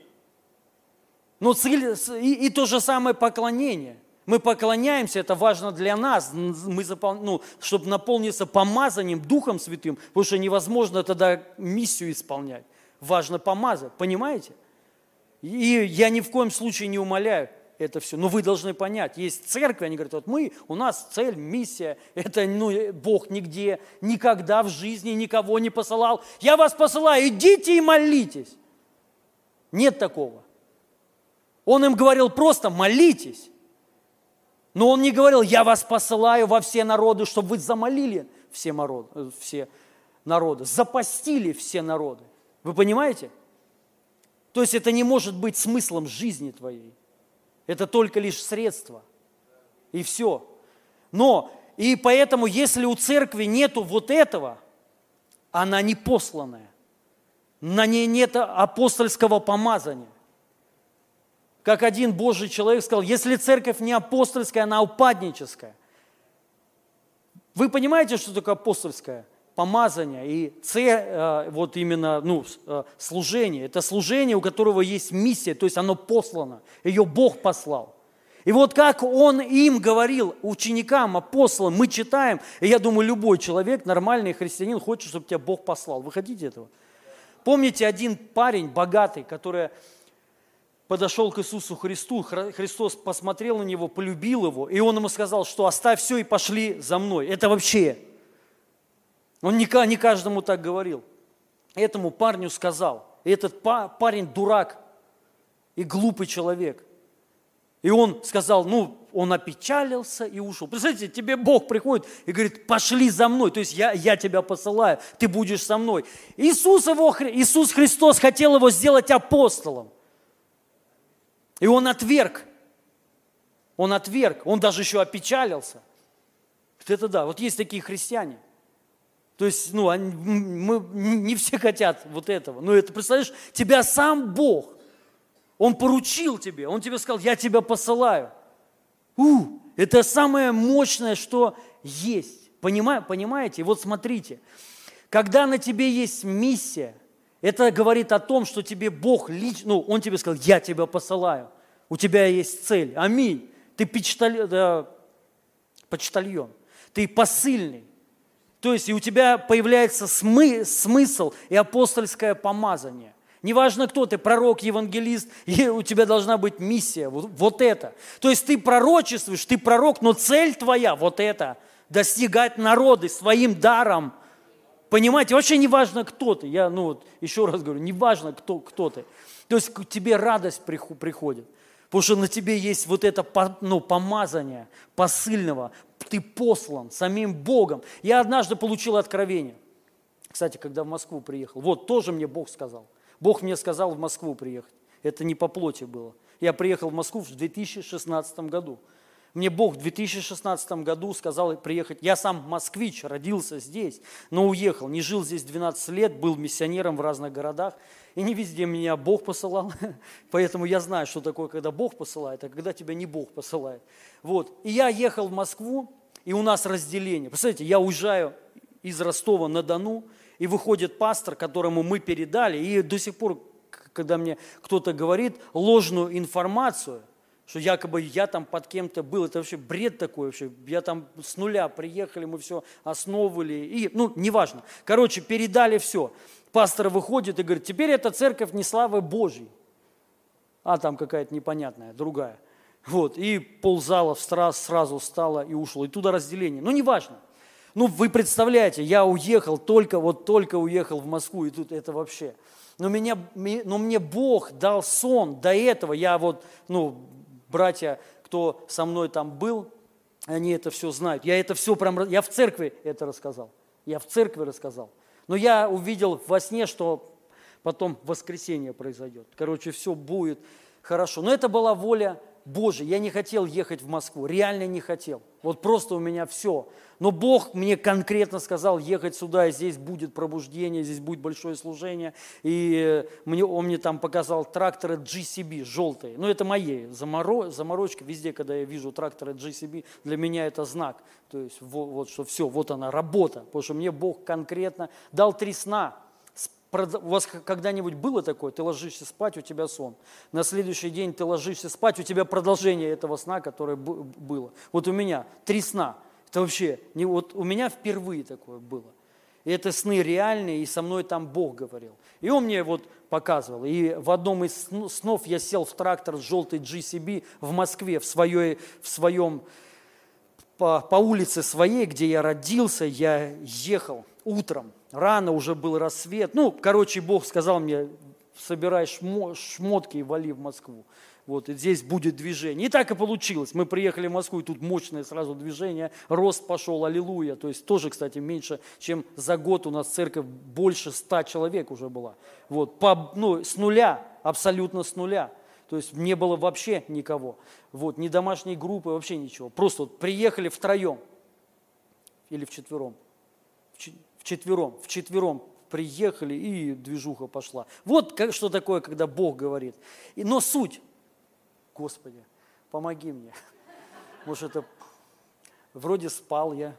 Но цель, и, и то же самое поклонение. Мы поклоняемся, это важно для нас, мы запол, ну, чтобы наполниться помазанием Духом Святым, потому что невозможно тогда миссию исполнять. Важно помазать, понимаете? И я ни в коем случае не умаляю это все. Но вы должны понять, есть церкви, они говорят, вот мы, у нас цель, миссия, это ну, Бог нигде, никогда в жизни никого не посылал. Я вас посылаю, идите и молитесь. Нет такого. Он им говорил просто молитесь. Но он не говорил, я вас посылаю во все народы, чтобы вы замолили все народы, все народы, запостили все народы. Вы понимаете? То есть это не может быть смыслом жизни твоей. Это только лишь средство. И все. Но, и поэтому, если у церкви нету вот этого, она не посланная. На ней нет апостольского помазания. Как один Божий человек сказал, если церковь не апостольская, она упадническая. Вы понимаете, что такое апостольское? Помазание и це, вот именно ну, служение. Это служение, у которого есть миссия, то есть оно послано, ее Бог послал. И вот как Он им говорил, ученикам, апостолам, мы читаем, и я думаю, любой человек, нормальный христианин, хочет, чтобы тебя Бог послал. Вы хотите этого? Помните, один парень богатый, который подошел к Иисусу Христу, Христос посмотрел на него, полюбил его, и Он ему сказал, что оставь все и пошли за мной. Это вообще... Он не, не каждому так говорил. Этому парню сказал. И этот парень дурак и глупый человек. И он сказал, ну, он опечалился и ушел. Представляете, тебе Бог приходит и говорит, пошли за мной. То есть я, я тебя посылаю, ты будешь со мной. Иисус, его, Иисус Христос хотел его сделать апостолом. И он отверг. Он отверг. Он даже еще опечалился. Это да, вот есть такие христиане. То есть, ну, они, мы, не все хотят вот этого. Но это, представляешь, тебя сам Бог, Он поручил тебе, Он тебе сказал, я тебя посылаю. У, это самое мощное, что есть. Понимаете? Понимаете? Вот смотрите, когда на тебе есть миссия, это говорит о том, что тебе Бог лично, ну, Он тебе сказал, я тебя посылаю. У тебя есть цель. Аминь. Ты почтальон, да, почтальон. Ты посыльный. То есть и у тебя появляется смы, смысл и апостольское помазание. Неважно, кто ты, пророк, евангелист, и у тебя должна быть миссия, вот, вот это. То есть ты пророчествуешь, ты пророк, но цель твоя вот это, достигать народы своим даром. Понимаете, вообще не важно, кто ты. Я, ну вот, еще раз говорю, не важно, кто, кто ты. То есть к тебе радость приходит. Потому что на тебе есть вот это ну, помазание посыльного. Ты послан самим Богом. Я однажды получил откровение. Кстати, когда в Москву приехал. Вот, тоже мне Бог сказал. Бог мне сказал в Москву приехать. Это не по плоти было. Я приехал в Москву в две тысячи шестнадцатом году. Мне Бог в две тысячи шестнадцатом году сказал приехать. Я сам москвич, родился здесь, но уехал. Не жил здесь двенадцать лет, был миссионером в разных городах. И не везде меня Бог посылал. Поэтому я знаю, что такое, когда Бог посылает, а когда тебя не Бог посылает. Вот. И я ехал в Москву, и у нас разделение. Представляете, я уезжаю из Ростова-на-Дону, и выходит пастор, которому мы передали, и до сих пор, когда мне кто-то говорит ложную информацию, что якобы я там под кем-то был, это вообще бред такой вообще, я там с нуля приехали, мы все основывали, и, ну, неважно. Короче, передали все. Пастор выходит и говорит, теперь эта церковь не славы Божьей, а там какая-то непонятная, другая. Вот, и ползала сразу встала и ушла, и туда разделение, ну, неважно. Ну, вы представляете, я уехал, только, вот только уехал в Москву, и тут это вообще. Но, меня, но мне Бог дал сон до этого. Я вот, ну, братья, кто со мной там был, они это все знают. Я это все прям, я в церкви это рассказал. Я в церкви рассказал. Но я увидел во сне, что потом воскресенье произойдет. Короче, все будет хорошо. Но это была воля Божия. Я не хотел ехать в Москву, реально не хотел. Вот просто у меня все. Но Бог мне конкретно сказал ехать сюда, и здесь будет пробуждение, здесь будет большое служение. И мне, он мне там показал тракторы джи си би желтые. Ну, это мои заморо, заморочки. Везде, когда я вижу тракторы джи си би, для меня это знак. То есть, вот, вот что все, вот она, работа. Потому что мне Бог конкретно дал три сна. У вас когда-нибудь было такое? Ты ложишься спать, у тебя сон. На следующий день ты ложишься спать, у тебя продолжение этого сна, которое было. Вот у меня три сна. Это вообще, не, вот у меня впервые такое было. И это сны реальные, и со мной там Бог говорил. И он мне вот показывал. И в одном из снов я сел в трактор с желтой джи си би в Москве, в, своей, в своем, по, по улице своей, где я родился, я ехал утром. Рано уже был рассвет. Ну, короче, Бог сказал мне, собирай шмотки и вали в Москву. Вот, и здесь будет движение. И так и получилось. Мы приехали в Москву, и тут мощное сразу движение, рост пошел, аллилуйя. То есть тоже, кстати, меньше, чем за год у нас церковь больше ста человек уже была. Вот, по, ну, с нуля, абсолютно с нуля. То есть не было вообще никого. Вот, ни домашней группы, вообще ничего. Просто вот приехали втроем или вчетвером. Вчетвером, вчетвером приехали, и движуха пошла. Вот как, что такое, когда Бог говорит. И, но суть, Господи, помоги мне. Может, это вроде спал я.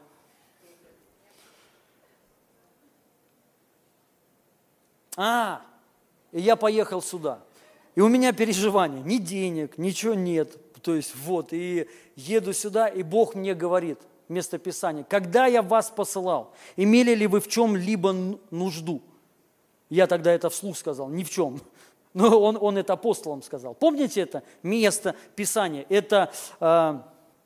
А, и я поехал сюда. И у меня переживания, ни денег, ничего нет. То есть вот, и еду сюда, и Бог мне говорит, место Писания, когда я вас посылал, имели ли вы в чем-либо нужду? Я тогда это вслух сказал, ни в чем. Но он, он это апостолам сказал. Помните это место Писания? Это, э,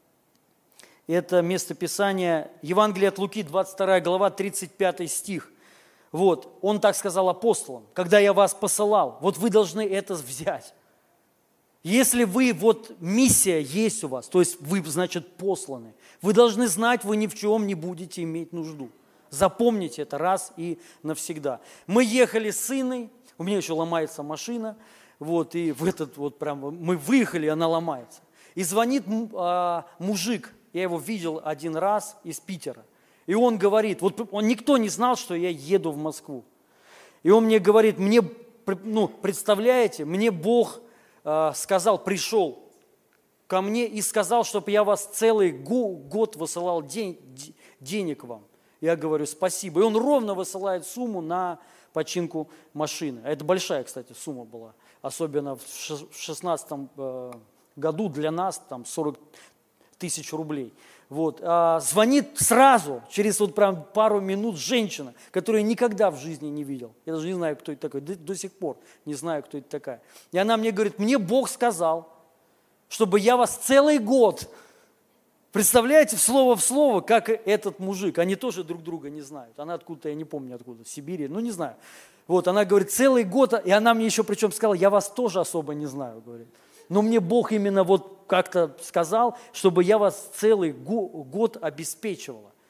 это место Писания, Евангелие от Луки, двадцать вторая глава, тридцать пятый стих. Вот, он так сказал апостолам, когда я вас посылал, вот вы должны это взять. Если вы, вот миссия есть у вас, то есть вы, значит, посланы, вы должны знать, вы ни в чем не будете иметь нужду. Запомните это раз и навсегда. Мы ехали с сыном, у меня еще ломается машина, вот, и в этот вот прям, мы выехали, она ломается. И звонит а, мужик, я его видел один раз из Питера, и он говорит, вот он, никто не знал, что я еду в Москву. И он мне говорит, мне, ну, представляете, мне Бог а, сказал, пришел ко мне и сказал, чтобы я вас целый год высылал день, денег вам. Я говорю, спасибо. И он ровно высылает сумму на починку машины. Это большая, кстати, сумма была. Особенно в шестнадцатом году для нас там сорок тысяч рублей. Вот. А звонит сразу, через вот прям пару минут женщина, которую я никогда в жизни не видел. Я даже не знаю, кто это такой. До, до сих пор не знаю, кто это такая. И она мне говорит, мне Бог сказал, чтобы я вас целый год... Представляете, слово в слово, как этот мужик. Они тоже друг друга не знают. Она откуда-то, я не помню откуда, в Сибири, ну не знаю. Вот, она говорит, целый год, и она мне еще причем сказала, я вас тоже особо не знаю, говорит. Но мне Бог именно вот как-то сказал, чтобы я вас целый год обеспечивала.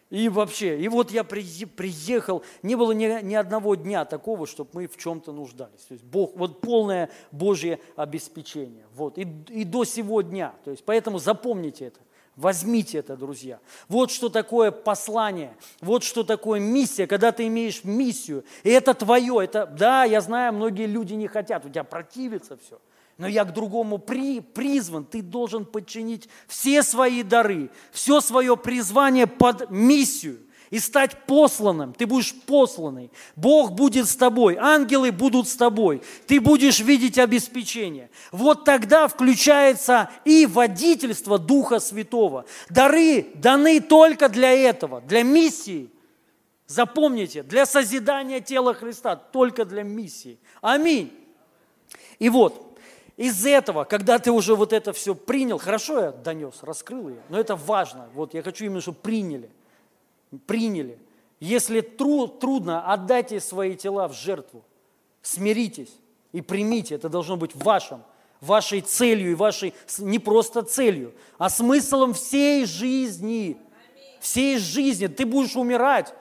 И вообще, и вот я приехал, не было ни, ни одного дня такого, чтобы мы в чем-то нуждались. То есть Бог, вот полное Божье обеспечение. Вот, и, и до сего дня. То есть, поэтому запомните это, возьмите это, друзья. Вот что такое послание, вот что такое миссия, когда ты имеешь миссию. И это твое, это, да, я знаю, многие люди не хотят, у тебя противится все. Но я к другому при, призван, ты должен подчинить все свои дары, все свое призвание под миссию и стать посланным. Ты будешь посланный, Бог будет с тобой, ангелы будут с тобой, ты будешь видеть обеспечение. Вот тогда включается и водительство Духа Святого. Дары даны только для этого, для миссии. Запомните, для созидания тела Христа, только для миссии. Аминь. И вот, из этого, когда ты уже вот это все принял, хорошо я донес, раскрыл ее, но это важно. Вот я хочу именно, чтобы приняли. Приняли. Если тру, трудно, отдайте свои тела в жертву. Смиритесь и примите. Это должно быть вашим, вашей целью и вашей, не просто целью, а смыслом всей жизни. Всей жизни. Ты будешь умирать.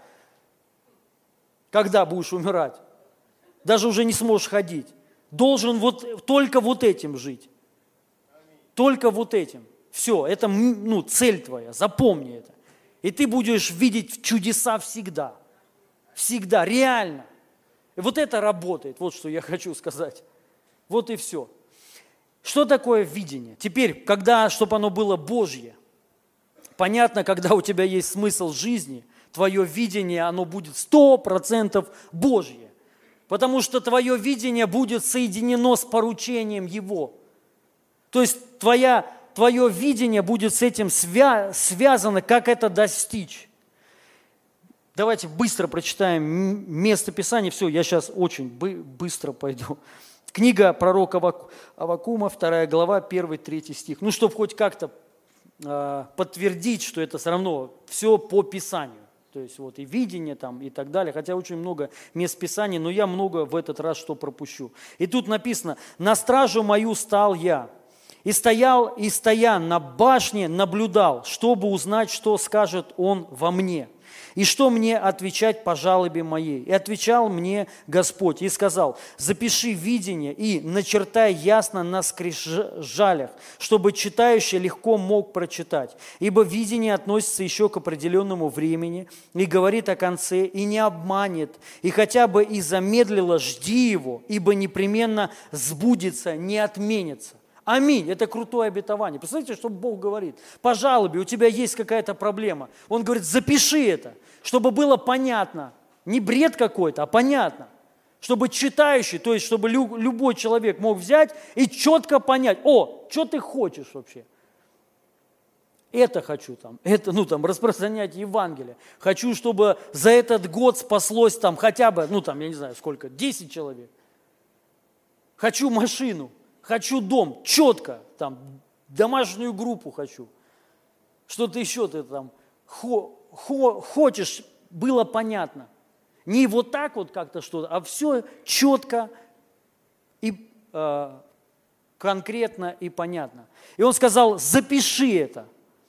Когда будешь умирать? Даже уже не сможешь ходить. Должен вот, только вот этим жить. Только вот этим. Все, это ну, цель твоя, запомни это. И ты будешь видеть чудеса всегда. Всегда, реально. И вот это работает, вот что я хочу сказать. Вот и все. Что такое видение? Теперь, когда, чтобы оно было Божье, понятно, когда у тебя есть смысл жизни, твое видение, оно будет сто процентов Божье. Потому что твое видение будет соединено с поручением Его. То есть твоя, твое видение будет с этим свя, связано, как это достичь. Давайте быстро прочитаем место Писания. Все, я сейчас очень бы, быстро пойду. Книга пророка Аввакума, вторая глава, первый, третий стих. Ну, чтобы хоть как-то э, подтвердить, что это все равно все по Писанию. То есть вот и видение там и так далее, хотя очень много мест Писания, но я много в этот раз что пропущу. И тут написано: «На стражу мою стал я, и стоял, и стоя на башне наблюдал, чтобы узнать, что скажет он во мне, и что мне отвечать по жалобе моей. И отвечал мне Господь, и сказал: запиши видение и начертай ясно на скрижалях, чтобы читающий легко мог прочитать. Ибо видение относится еще к определенному времени, и говорит о конце, и не обманет, и хотя бы и замедлило, жди его, ибо непременно сбудется, не отменится». Аминь. Это крутое обетование. Представляете, что Бог говорит? По жалобе у тебя есть какая-то проблема. Он говорит: запиши это, чтобы было понятно. Не бред какой-то, а понятно. Чтобы читающий, то есть чтобы лю- любой человек мог взять и четко понять: о, что ты хочешь вообще? Это хочу там, это, ну там, распространять Евангелие. Хочу, чтобы за этот год спаслось там хотя бы, ну там, я не знаю сколько, десять человек. Хочу машину. Хочу дом, четко, там, домашнюю группу хочу. Что-то еще ты там хо, хо, хочешь, было понятно. Не вот так вот как-то что-то, а все четко и э, конкретно и понятно. И он сказал: запиши это.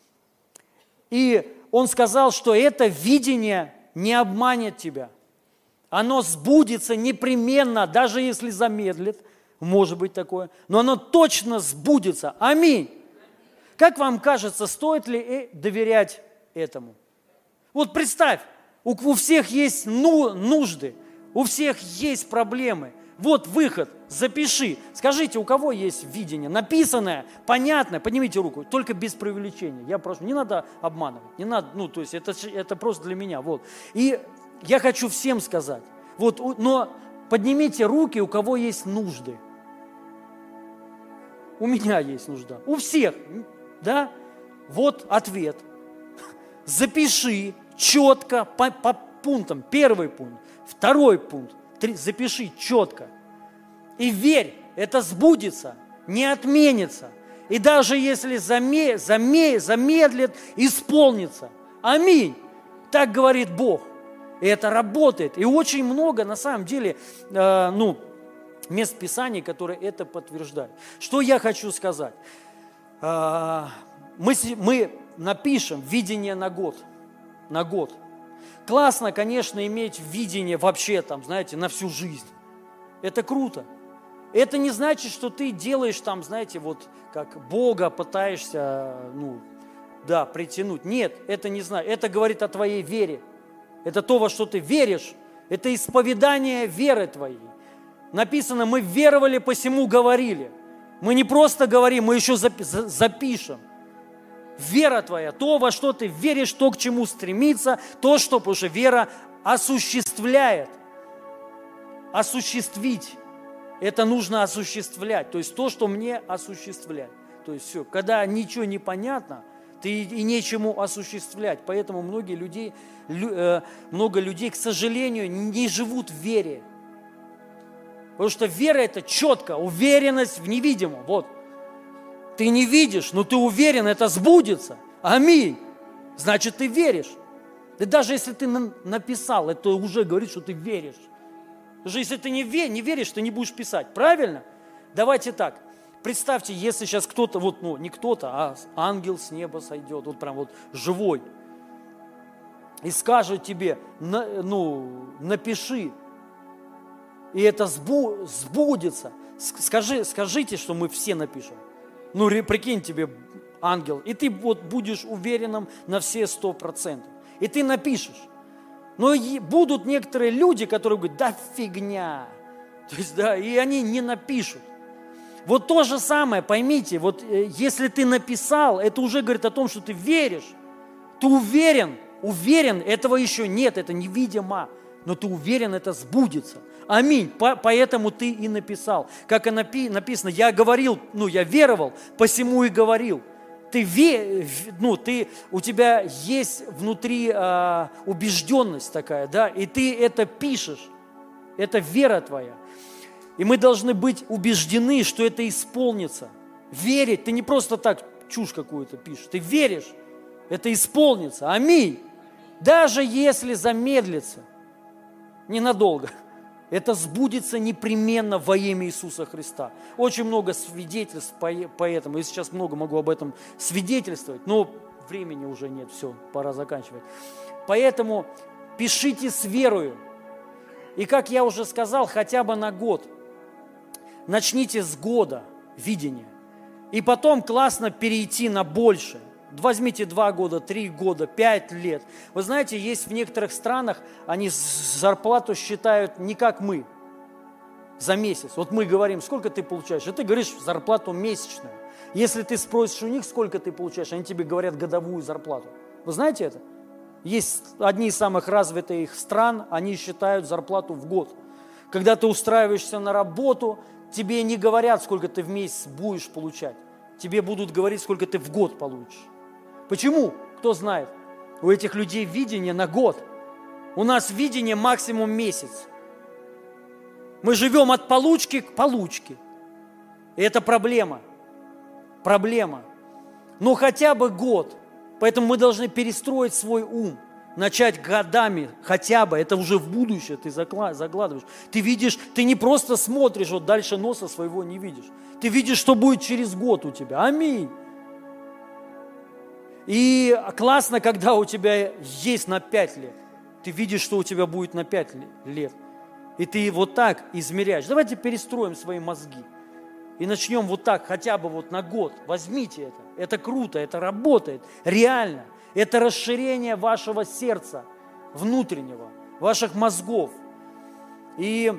И он сказал, что это видение не обманет тебя. Оно сбудется непременно, даже если замедлит. Может быть такое, но оно точно сбудется. Аминь. Как вам кажется, стоит ли доверять этому? Вот представь, у, у всех есть ну, нужды, у всех есть проблемы. Вот выход, запиши. Скажите, у кого есть видение, написанное, понятное, поднимите руку, только без преувеличения. Я прошу, не надо обманывать, не надо, ну, то есть это, это просто для меня. Вот. И я хочу всем сказать, вот, но поднимите руки, у кого есть нужды. У меня есть нужда. У всех, да? Вот ответ. Запиши четко по, по пунктам. Первый пункт, второй пункт. Три, запиши четко. И верь, это сбудется, не отменится. И даже если заме, заме, замедлит, исполнится. Аминь. Так говорит Бог. И это работает. И очень много, на самом деле, э, ну, мест Писаний, которые это подтверждают. Что я хочу сказать? Мы, мы напишем видение на год. на год. Классно, конечно, иметь видение вообще, там, знаете, на всю жизнь. Это круто. Это не значит, что ты делаешь там, знаете, вот как Бога пытаешься, ну, да, притянуть. Нет, это не знаю. Это говорит о твоей вере. Это то, во что ты веришь. Это исповедание веры твоей. Написано, мы веровали, посему говорили. Мы не просто говорим, мы еще запишем. Вера твоя, то, во что ты веришь, то, к чему стремится, то, что, потому что вера осуществляет. Осуществить. Это нужно осуществлять. То есть то, что мне осуществлять. То есть все. Когда ничего не понятно, ты и нечему осуществлять. Поэтому многие людей, много людей, к сожалению, не живут в вере. Потому что вера – это четко, уверенность в невидимом. Вот. Ты не видишь, но ты уверен, это сбудется. Аминь. Значит, ты веришь. И даже если ты написал, это уже говорит, что ты веришь. Потому что если ты не веришь, ты не будешь писать. Правильно? Давайте так. Представьте, если сейчас кто-то, вот, ну, не кто-то, а ангел с неба сойдет, вот прям вот живой, и скажет тебе, на, ну, напиши, и это сбу, сбудется. Скажи, скажите, что мы все напишем. Ну, прикинь тебе, ангел, и ты вот будешь уверенным на все сто процентов. И ты напишешь. Но будут некоторые люди, которые говорят, да фигня. То есть, да, и они не напишут. Вот то же самое, поймите, вот если ты написал, это уже говорит о том, что ты веришь. Ты уверен, уверен, этого еще нет, это невидимо. Но ты уверен, это сбудется. Аминь. Поэтому ты и написал. Как и написано, я говорил, ну, я веровал, посему и говорил. Ты, ну, ты, у тебя есть внутри а, убежденность такая, да, и ты это пишешь. Это вера твоя. И мы должны быть убеждены, что это исполнится. Верить. Ты не просто так чушь какую-то пишешь. Ты веришь. Это исполнится. Аминь. Даже если замедлится. Ненадолго. Это сбудется непременно во имя Иисуса Христа. Очень много свидетельств по этому. Я сейчас много могу об этом свидетельствовать, но времени уже нет, все, пора заканчивать. Поэтому пишите с верою. И как я уже сказал, хотя бы на год. Начните с года видения. И потом классно перейти на больше. Возьмите два года, три года, пять лет. Вы знаете, есть в некоторых странах, они зарплату считают не как мы, за месяц. Вот мы говорим, сколько ты получаешь, и ты говоришь зарплату месячную. Если ты спросишь у них, сколько ты получаешь, они тебе говорят годовую зарплату. Вы знаете это? Есть одни из самых развитых стран, они считают зарплату в год. Когда ты устраиваешься на работу, тебе не говорят, сколько ты в месяц будешь получать. Тебе будут говорить, сколько ты в год получишь. Почему? Кто знает? У этих людей видение на год. У нас видение максимум месяц. Мы живем от получки к получке. И это проблема. Проблема. Но хотя бы год. Поэтому мы должны перестроить свой ум. Начать годами, хотя бы, это уже в будущее ты загладываешь. Ты видишь, ты не просто смотришь, вот дальше носа своего не видишь. Ты видишь, что будет через год у тебя. Аминь. И классно, когда у тебя есть на пять лет. Ты видишь, что у тебя будет на пять лет. И ты вот так измеряешь. Давайте перестроим свои мозги. И начнем вот так, хотя бы вот на год. Возьмите это. Это круто, это работает. Реально. Это расширение вашего сердца, внутреннего, ваших мозгов. И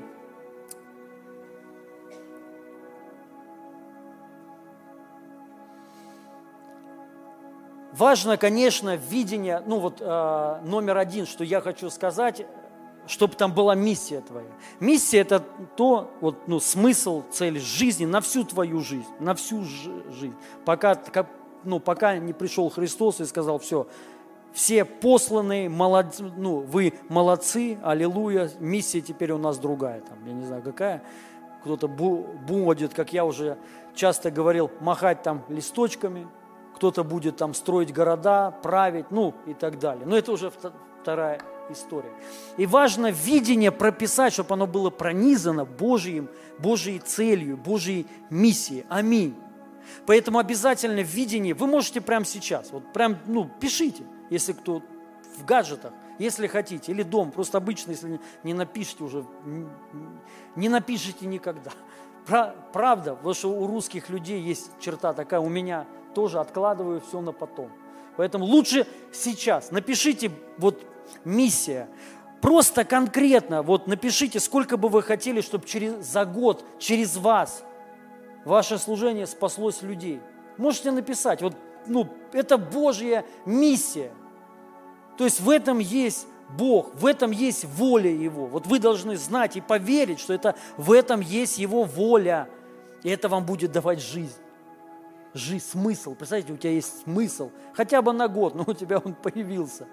важно, конечно, видение, ну вот э, номер один, что я хочу сказать, чтобы там была миссия твоя. Миссия – это то, вот, ну, смысл, цель жизни на всю твою жизнь, на всю жизнь. Пока, ну, пока не пришел Христос и сказал, все, все посланные, молод... ну, вы молодцы, аллилуйя, миссия теперь у нас другая, там, я не знаю какая, кто-то будет, как я уже часто говорил, махать там листочками, кто-то будет там строить города, править, ну и так далее. Но это уже вторая история. И важно видение прописать, чтобы оно было пронизано Божьим, Божьей целью, Божьей миссией. Аминь. Поэтому обязательно видение, вы можете прямо сейчас, вот прям, ну, пишите, если кто в гаджетах, если хотите, или дом. Просто обычно, если не напишите уже, не напишите никогда. Правда, потому что у русских людей есть черта такая, у меня тоже откладываю все на потом. Поэтому лучше сейчас. Напишите, вот миссия, просто конкретно, вот напишите, сколько бы вы хотели, чтобы через, за год, через вас, ваше служение спаслось людей. Можете написать, вот, ну, это Божья миссия. То есть в этом есть Бог, в этом есть воля Его. Вот вы должны знать и поверить, что это, в этом есть Его воля. И это вам будет давать жизнь. Жизнь, смысл. Представляете, у тебя есть смысл. Хотя бы на год, но у тебя он появился.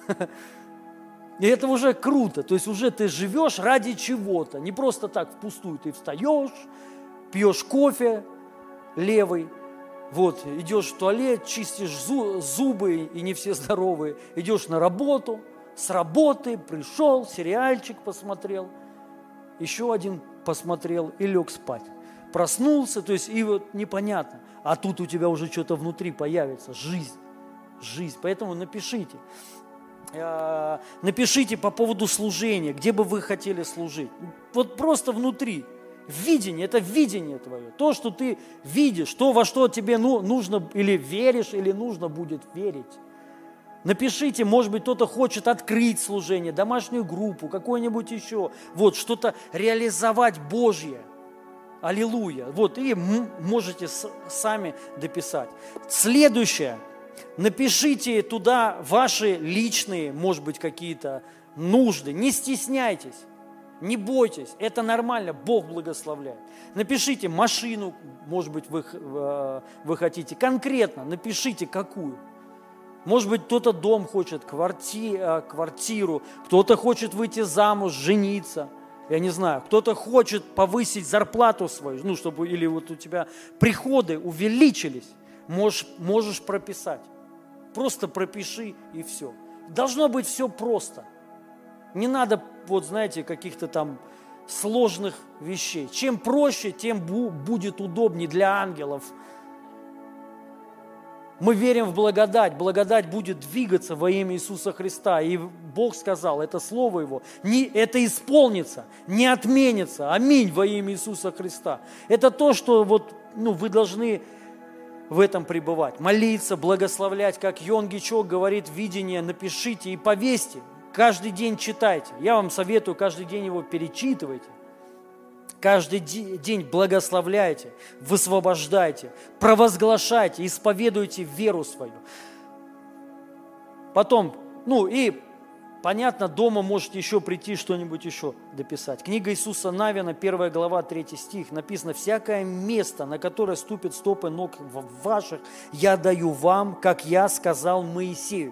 И это уже круто. То есть уже ты живешь ради чего-то. Не просто так впустую. Ты встаешь, пьешь кофе левый, вот, идешь в туалет, чистишь зубы, и не все здоровые. Идешь на работу, с работы пришел, сериальчик посмотрел, еще один посмотрел и лег спать. Проснулся, то есть и вот непонятно. А тут у тебя уже что-то внутри появится, жизнь, жизнь. Поэтому напишите. Напишите по поводу служения, где бы вы хотели служить. Вот просто внутри. Видение, это видение твое. То, что ты видишь, то, во что тебе ну, нужно, или веришь, или нужно будет верить. Напишите, может быть, кто-то хочет открыть служение, домашнюю группу, какое-нибудь еще. Вот, что-то реализовать Божье. Аллилуйя. Вот, и можете сами дописать. Следующее. Напишите туда ваши личные, может быть, какие-то нужды. Не стесняйтесь. Не бойтесь, это нормально, Бог благословляет. Напишите машину, может быть, вы, вы хотите, конкретно напишите какую. Может быть, кто-то дом хочет, кварти, квартиру, кто-то хочет выйти замуж, жениться, я не знаю, кто-то хочет повысить зарплату свою, ну, чтобы, или вот у тебя приходы увеличились, можешь, можешь прописать. Просто пропиши и все. Должно быть все просто. Не надо, вот знаете, каких-то там сложных вещей. Чем проще, тем будет удобнее для ангелов. Мы верим в благодать. Благодать будет двигаться во имя Иисуса Христа. И Бог сказал, это Слово Его, не, это исполнится, не отменится. Аминь во имя Иисуса Христа. Это то, что вот, ну, вы должны в этом пребывать. Молиться, благословлять, как Йон Гичок говорит, видение напишите и повесьте. Каждый день читайте. Я вам советую, каждый день его перечитывайте. Каждый день благословляйте, высвобождайте, провозглашайте, исповедуйте веру свою. Потом, ну и, понятно, дома можете еще прийти, что-нибудь еще дописать. Книга Иисуса Навина, первая глава, третий стих, написано: «Всякое место, на которое ступят стопы ног ваших, я даю вам, как я сказал Моисею».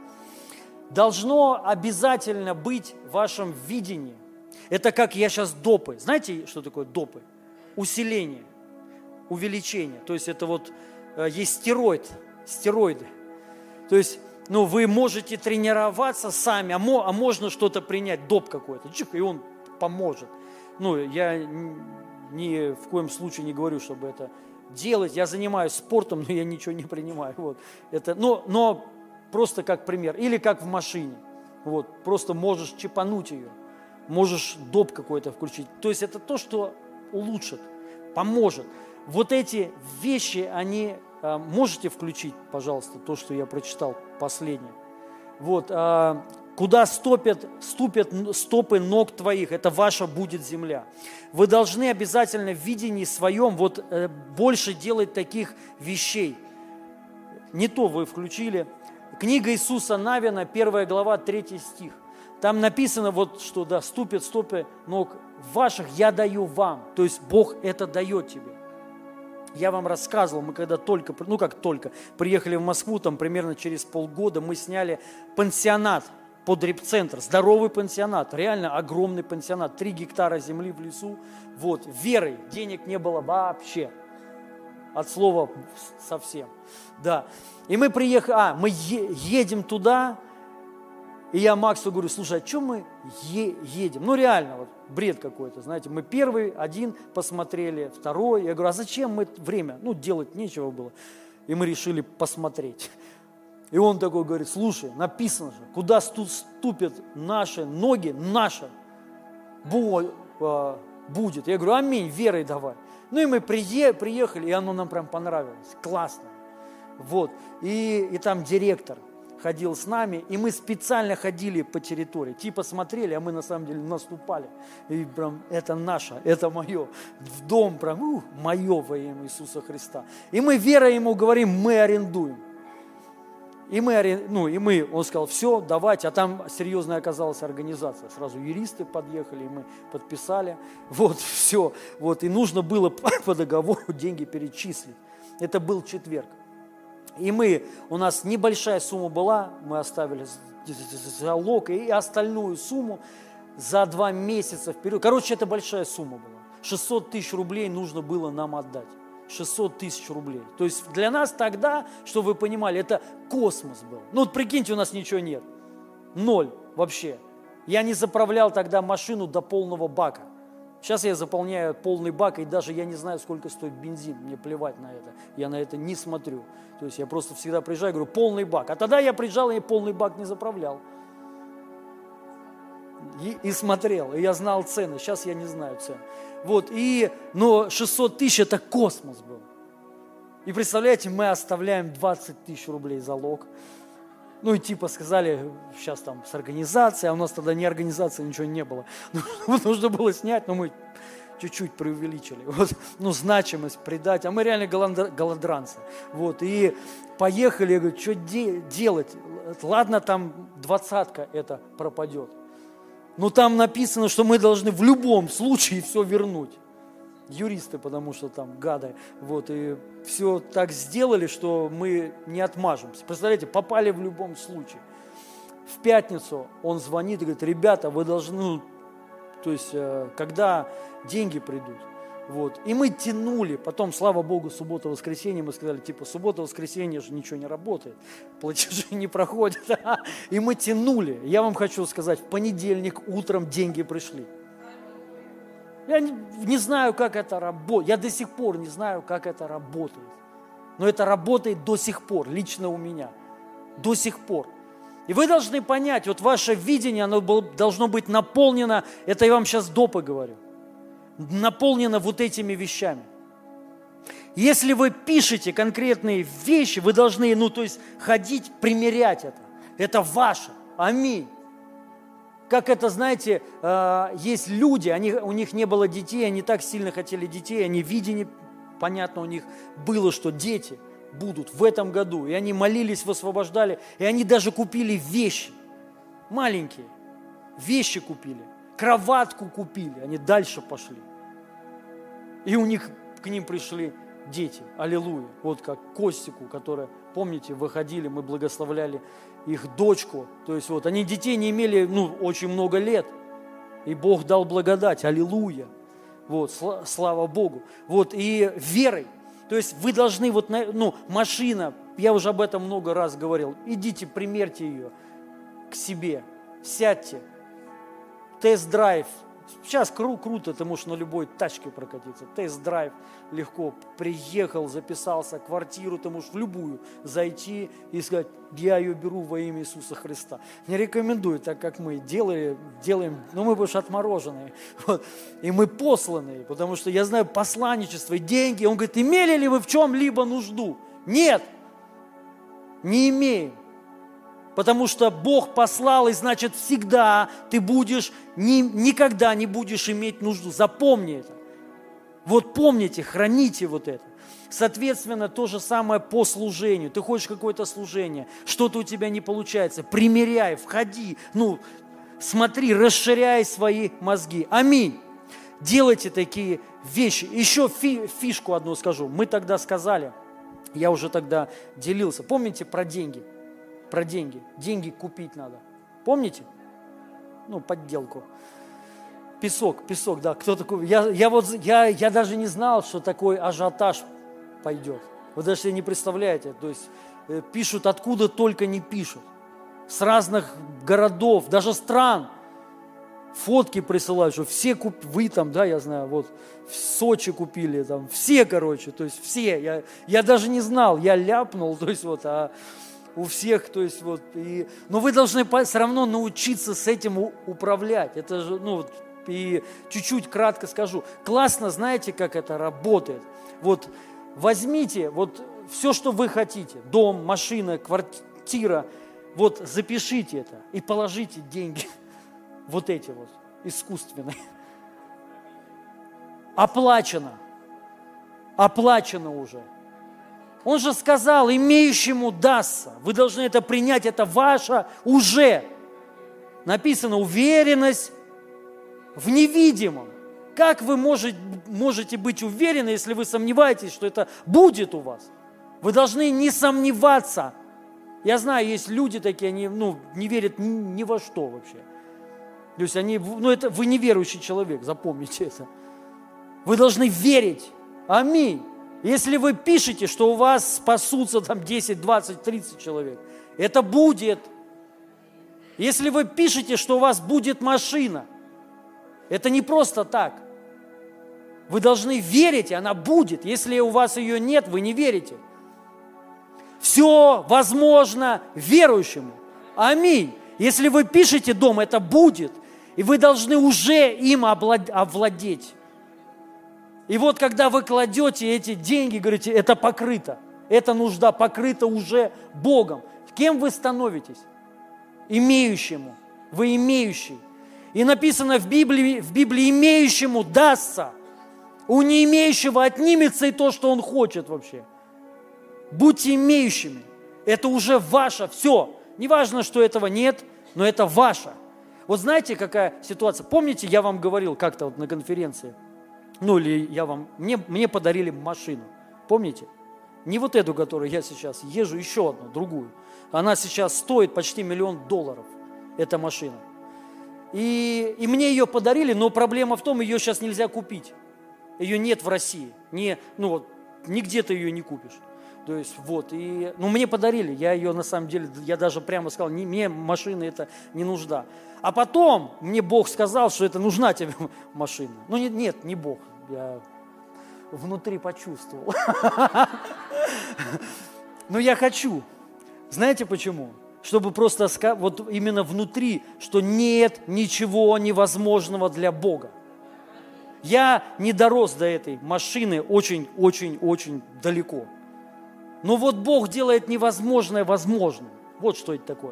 Должно обязательно быть в вашем видении. Это как я сейчас допы. Знаете, что такое допы? Усиление, увеличение. То есть это вот э, есть стероид, стероиды. То есть, ну, вы можете тренироваться сами, а, мо, а можно что-то принять, доп какой-то, чик, и он поможет. Ну, я ни в коем случае не говорю, чтобы это делать. Я занимаюсь спортом, но я ничего не принимаю. Вот. Это, но, но просто как пример. Или как в машине. Вот. Просто можешь чипануть ее. Можешь доп какой-то включить. То есть это то, что улучшит, поможет. Вот эти вещи, они... Можете включить, пожалуйста, то, что я прочитал последнее. Вот. Куда ступят, ступят стопы ног твоих, это ваша будет земля. Вы должны обязательно в видении своем вот больше делать таких вещей. Не то вы включили. Книга Иисуса Навина, первая глава, третий стих. Там написано вот, что да, ступят стопы ног ваших, я даю вам. То есть Бог это дает тебе. Я вам рассказывал, мы когда только, ну как только, приехали в Москву, там примерно через полгода мы сняли пансионат под репцентр, здоровый пансионат, реально огромный пансионат, три гектара земли в лесу, вот, верой, денег не было вообще, от слова совсем, да. И мы приехали, а, мы е- едем туда, и я Максу говорю: слушай, а что мы е- едем? Ну реально, вот бред какой-то, знаете, мы первый, один посмотрели, второй, я говорю, а зачем мы время, ну делать нечего было, и мы решили посмотреть. И он такой говорит, слушай, написано же, куда ступят наши ноги, наше будет. Я говорю, аминь, верой давай. Ну и мы приехали, и оно нам прям понравилось, классно. Вот, и, и там директор ходил с нами, и мы специально ходили по территории, типа смотрели, а мы на самом деле наступали. И прям, это наше, это мое. В дом прям, ух, мое во имя Иисуса Христа. И мы верой ему говорим, мы арендуем. И мы, ну, и мы, он сказал, все, давайте, а там серьезная оказалась организация. Сразу юристы подъехали, и мы подписали. Вот, все. Вот, и нужно было по договору деньги перечислить. Это был четверг. И мы, у нас небольшая сумма была, мы оставили залог, и остальную сумму за два месяца вперед. Короче, это большая сумма была. шестьсот тысяч рублей нужно было нам отдать. шестьсот тысяч рублей. То есть для нас тогда, чтобы вы понимали, это космос был. Ну вот прикиньте, у нас ничего нет. Ноль вообще. Я не заправлял тогда машину до полного бака. Сейчас я заполняю полный бак, и даже я не знаю, сколько стоит бензин. Мне плевать на это. Я на это не смотрю. То есть я просто всегда приезжаю и говорю, полный бак. А тогда я приезжал и полный бак не заправлял. И, и смотрел, и я знал цены. Сейчас я не знаю цен. Вот, и, но шестьсот тысяч – это космос был. И представляете, мы оставляем двадцать тысяч рублей залог. Ну и типа сказали, сейчас там с организацией, а у нас тогда ни организации, ничего не было. Нужно было снять, но мы чуть-чуть преувеличили. Вот, ну, значимость придать. А мы реально голодранцы. Вот, и поехали, я говорю, что де- делать? Ладно, там двадцатка это пропадет. Но там написано, что мы должны в любом случае все вернуть. Юристы, потому что там гады. Вот, и все так сделали, что мы не отмажемся. Представляете, попали в любом случае. В пятницу он звонит и говорит, ребята, вы должны, ну, то есть, когда деньги придут. Вот. И мы тянули, потом, слава Богу, суббота-воскресенье, мы сказали, типа, суббота-воскресенье же ничего не работает, платежи не проходят. И мы тянули. Я вам хочу сказать, в понедельник утром деньги пришли. Я не, не знаю, как это работает, я до сих пор не знаю, как это работает. Но это работает до сих пор, лично у меня, до сих пор. И вы должны понять, вот ваше видение, оно должно быть наполнено, это я вам сейчас допы говорю, наполнено вот этими вещами. Если вы пишете конкретные вещи, вы должны, ну, то есть, ходить, примерять это. Это ваше. Аминь. Как это, знаете, есть люди, они, у них не было детей, они так сильно хотели детей, они видение, понятно, у них было, что дети будут в этом году. И они молились, высвобождали, и они даже купили вещи, маленькие, вещи купили. Кроватку купили, они дальше пошли. И у них к ним пришли дети. Аллилуйя. Вот как Костику, которая, помните, выходили, мы благословляли их дочку. То есть вот они детей не имели, ну, очень много лет. И Бог дал благодать. Аллилуйя. Вот, слава Богу. Вот, и верой. То есть вы должны, вот, ну, машина, я уже об этом много раз говорил, идите, примерьте ее к себе, сядьте. Тест-драйв. Сейчас кру- круто, ты можешь на любой тачке прокатиться. Тест-драйв легко. Приехал, записался, квартиру ты можешь в любую зайти и сказать, я ее беру во имя Иисуса Христа. Не рекомендую, так как мы делали, делаем, ну мы больше отмороженные. Вот. И мы посланные, потому что я знаю посланничество и деньги. Он говорит, имели ли вы в чем-либо нужду? Нет, не имеем. Потому что Бог послал, и значит всегда ты будешь, ни, никогда не будешь иметь нужду. Запомни это. Вот помните, храните вот это. Соответственно, то же самое по служению. Ты хочешь какое-то служение, что-то у тебя не получается, примеряй, входи, ну, смотри, расширяй свои мозги. Аминь. Делайте такие вещи. Еще фи, фишку одну скажу. Мы тогда сказали, я уже тогда делился. Помните про деньги? Про деньги. Деньги купить надо. Помните? Ну, подделку. Песок, песок, да. Кто такой? Я, я, вот, я, я даже не знал, что такой ажиотаж пойдет. Вы даже себе не представляете. То есть э, пишут, откуда только не пишут. С разных городов, даже стран. Фотки присылают, что все куп... Вы там, да, я знаю, вот в Сочи купили, там, все, короче, то есть все. Я, я даже не знал, я ляпнул, то есть вот, а... у всех, то есть вот, и, но вы должны все равно научиться с этим управлять. Это же, ну, и чуть-чуть кратко скажу. Классно, знаете, как это работает? Вот возьмите вот все, что вы хотите, дом, машина, квартира, вот запишите это и положите деньги, вот эти вот, искусственные. Оплачено. Оплачено уже. Он же сказал, имеющему дастся. Вы должны это принять, это ваше уже. Написано, уверенность в невидимом. Как вы можете, можете быть уверены, если вы сомневаетесь, что это будет у вас? Вы должны не сомневаться. Я знаю, есть люди такие, они ну, не верят ни, ни во что вообще. То есть они, ну это, вы неверующий человек, запомните это. Вы должны верить. Аминь. Если вы пишете, что у вас спасутся там десять, двадцать, тридцать человек, это будет. Если вы пишете, что у вас будет машина, это не просто так. Вы должны верить, и она будет. Если у вас ее нет, вы не верите. Все возможно верующему. Аминь. Если вы пишете дом, это будет. И вы должны уже им овладеть. И вот когда вы кладете эти деньги, говорите, это покрыто. Эта нужда покрыта уже Богом. Кем вы становитесь? Имеющему. Вы имеющий. И написано в Библии, в Библии имеющему дастся. У не имеющего отнимется и то, что он хочет вообще. Будьте имеющими. Это уже ваше, все. Не важно, что этого нет, но это ваше. Вот знаете, какая ситуация? Помните, я вам говорил как-то вот на конференции, ну или я вам, мне, мне подарили машину. Помните? Не вот эту, которую я сейчас езжу, еще одну, другую. Она сейчас стоит почти миллион долларов, эта машина. И, и мне ее подарили, но проблема в том, ее сейчас нельзя купить. Ее нет в России. Не, ну вот, нигде ты ее не купишь. То есть вот, и, ну мне подарили, я ее на самом деле, я даже прямо сказал, не, мне машина это не нужна. А потом мне Бог сказал, что это нужна тебе машина. Ну нет, нет, не Бог, я внутри почувствовал. Но я хочу. Знаете почему? Чтобы просто вот именно внутри, что нет ничего невозможного для Бога. Я не дорос до этой машины очень-очень-очень далеко. Но вот Бог делает невозможное возможным. Вот что это такое.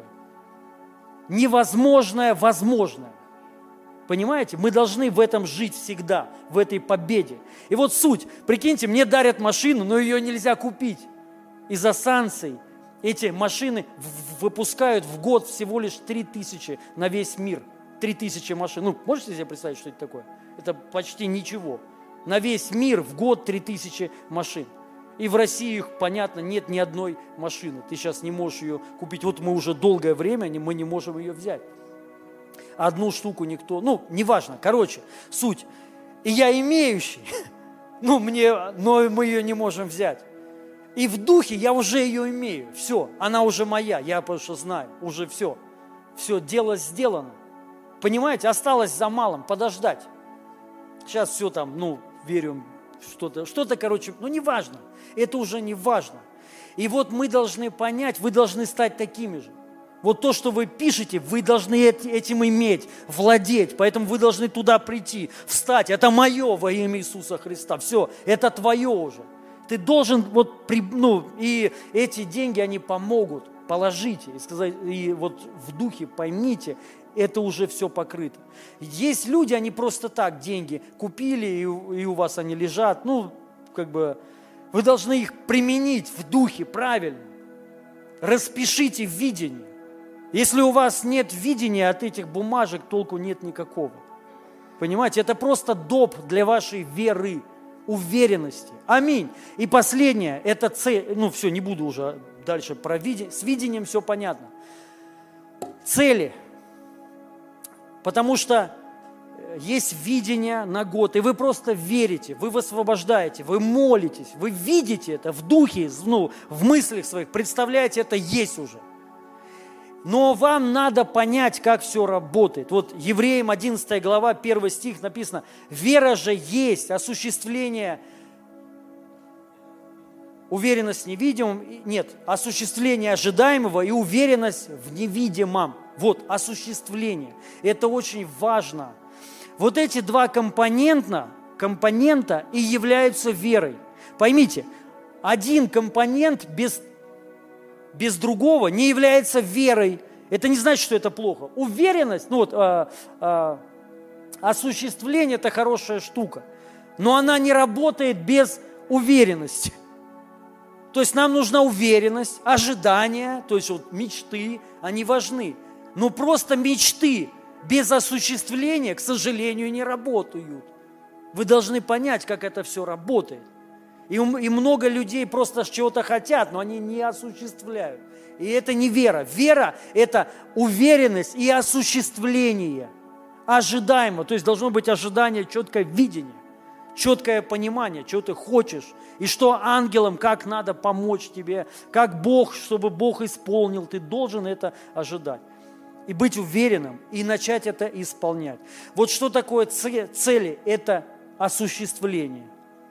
Невозможное возможное. Понимаете? Мы должны в этом жить всегда, в этой победе. И вот суть. Прикиньте, мне дарят машину, но ее нельзя купить. Из-за санкций эти машины выпускают в год всего лишь три тысячи на весь мир. три тысячи машин. Ну, можете себе представить, что это такое? Это почти ничего. На весь мир в год три тысячи машин. И в России, понятно, нет ни одной машины. Ты сейчас не можешь ее купить. Вот мы уже долгое время, мы не можем ее взять. Одну штуку никто, ну, неважно. Короче, суть. И я имеющий, ну, мне, но мы ее не можем взять. И в духе я уже ее имею. Все, она уже моя, я потому что знаю. Уже все. Все, дело сделано. Понимаете, осталось за малым подождать. Сейчас все там, ну, верю, что-то, что-то, короче, ну, не важно. Это уже не важно. И вот мы должны понять, вы должны стать такими же. Вот то, что вы пишете, вы должны этим иметь, владеть. Поэтому вы должны туда прийти, встать. Это мое во имя Иисуса Христа. Все, это твое уже. Ты должен, вот, ну, и эти деньги, они помогут. Положите и сказать, и вот в духе поймите, это уже все покрыто. Есть люди, они просто так деньги купили, и, и у вас они лежат. Ну, как бы, вы должны их применить в духе правильно. Распишите видение. Если у вас нет видения, от этих бумажек толку нет никакого. Понимаете, это просто доп для вашей веры, уверенности. Аминь. И последнее, это цель, ну все, не буду уже дальше про видение, с видением все понятно. Цели. Потому что есть видение на год, и вы просто верите, вы высвобождаете, вы молитесь, вы видите это в духе, ну, в мыслях своих, представляете, это есть уже. Но вам надо понять, как все работает. Вот Евреям одиннадцатая глава, первый стих написано: «Вера же есть осуществление Уверенность в невидимом, нет, осуществление ожидаемого и уверенность в невидимом. Вот, осуществление. Это очень важно. Вот эти два компонента, компонента и являются верой. Поймите, один компонент без, без другого не является верой. Это не значит, что это плохо. Уверенность, ну вот, а, а, осуществление – это хорошая штука, но она не работает без уверенности. То есть нам нужна уверенность, ожидания, то есть вот мечты, они важны. Но просто мечты без осуществления, к сожалению, не работают. Вы должны понять, как это все работает. И, и много людей просто чего-то хотят, но они не осуществляют. И это не вера. Вера – это уверенность и осуществление. Ожидаемо. То есть должно быть ожидание, четкое видение, четкое понимание, чего ты хочешь. И что ангелам, как надо помочь тебе, как Бог, чтобы Бог исполнил. Ты должен это ожидать. И быть уверенным, и начать это исполнять. Вот что такое цели? Это осуществление.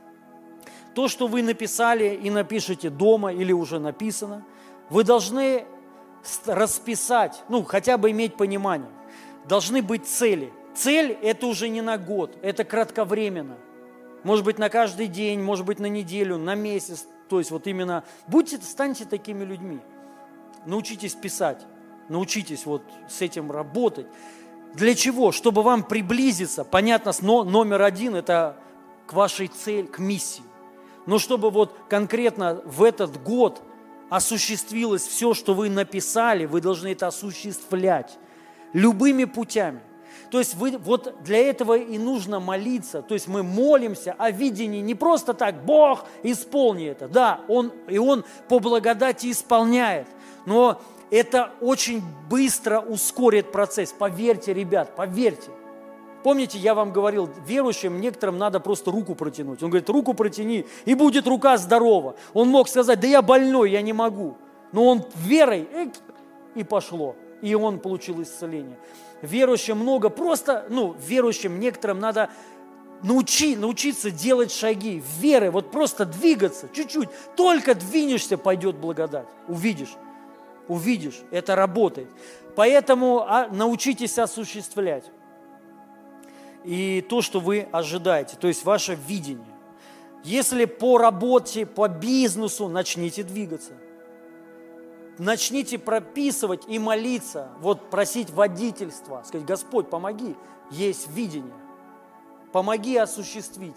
То, что вы написали и напишете дома, или уже написано, вы должны расписать, ну, хотя бы иметь понимание. Должны быть цели. Цель – это уже не на год, это кратковременно. Может быть, на каждый день, может быть, на неделю, на месяц. То есть вот именно будьте, станьте такими людьми. Научитесь писать, научитесь вот с этим работать. Для чего? Чтобы вам приблизиться. Понятно, но номер один – это к вашей цели, к миссии. Но чтобы вот конкретно в этот год осуществилось все, что вы написали, вы должны это осуществлять любыми путями. То есть вы, вот для этого и нужно молиться. То есть мы молимся о видении не просто так, Бог, исполни это. Да, Он, и Он по благодати исполняет. Но это очень быстро ускорит процесс. Поверьте, ребят, поверьте. Помните, я вам говорил, верующим некоторым надо просто руку протянуть. Он говорит, руку протяни, и будет рука здорова. Он мог сказать, да я больной, я не могу. Но он верой, и пошло. И он получил исцеление. Верующим много, просто, ну, верующим некоторым надо научи, научиться делать шаги веры, вот просто двигаться чуть-чуть. Только двинешься, пойдет благодать. Увидишь, увидишь, это работает. Поэтому научитесь осуществлять. И то, что вы ожидаете, то есть ваше видение. Если по работе, по бизнесу, начните двигаться. Начните прописывать и молиться, вот просить водительства, сказать, Господь, помоги, есть видение, помоги осуществить.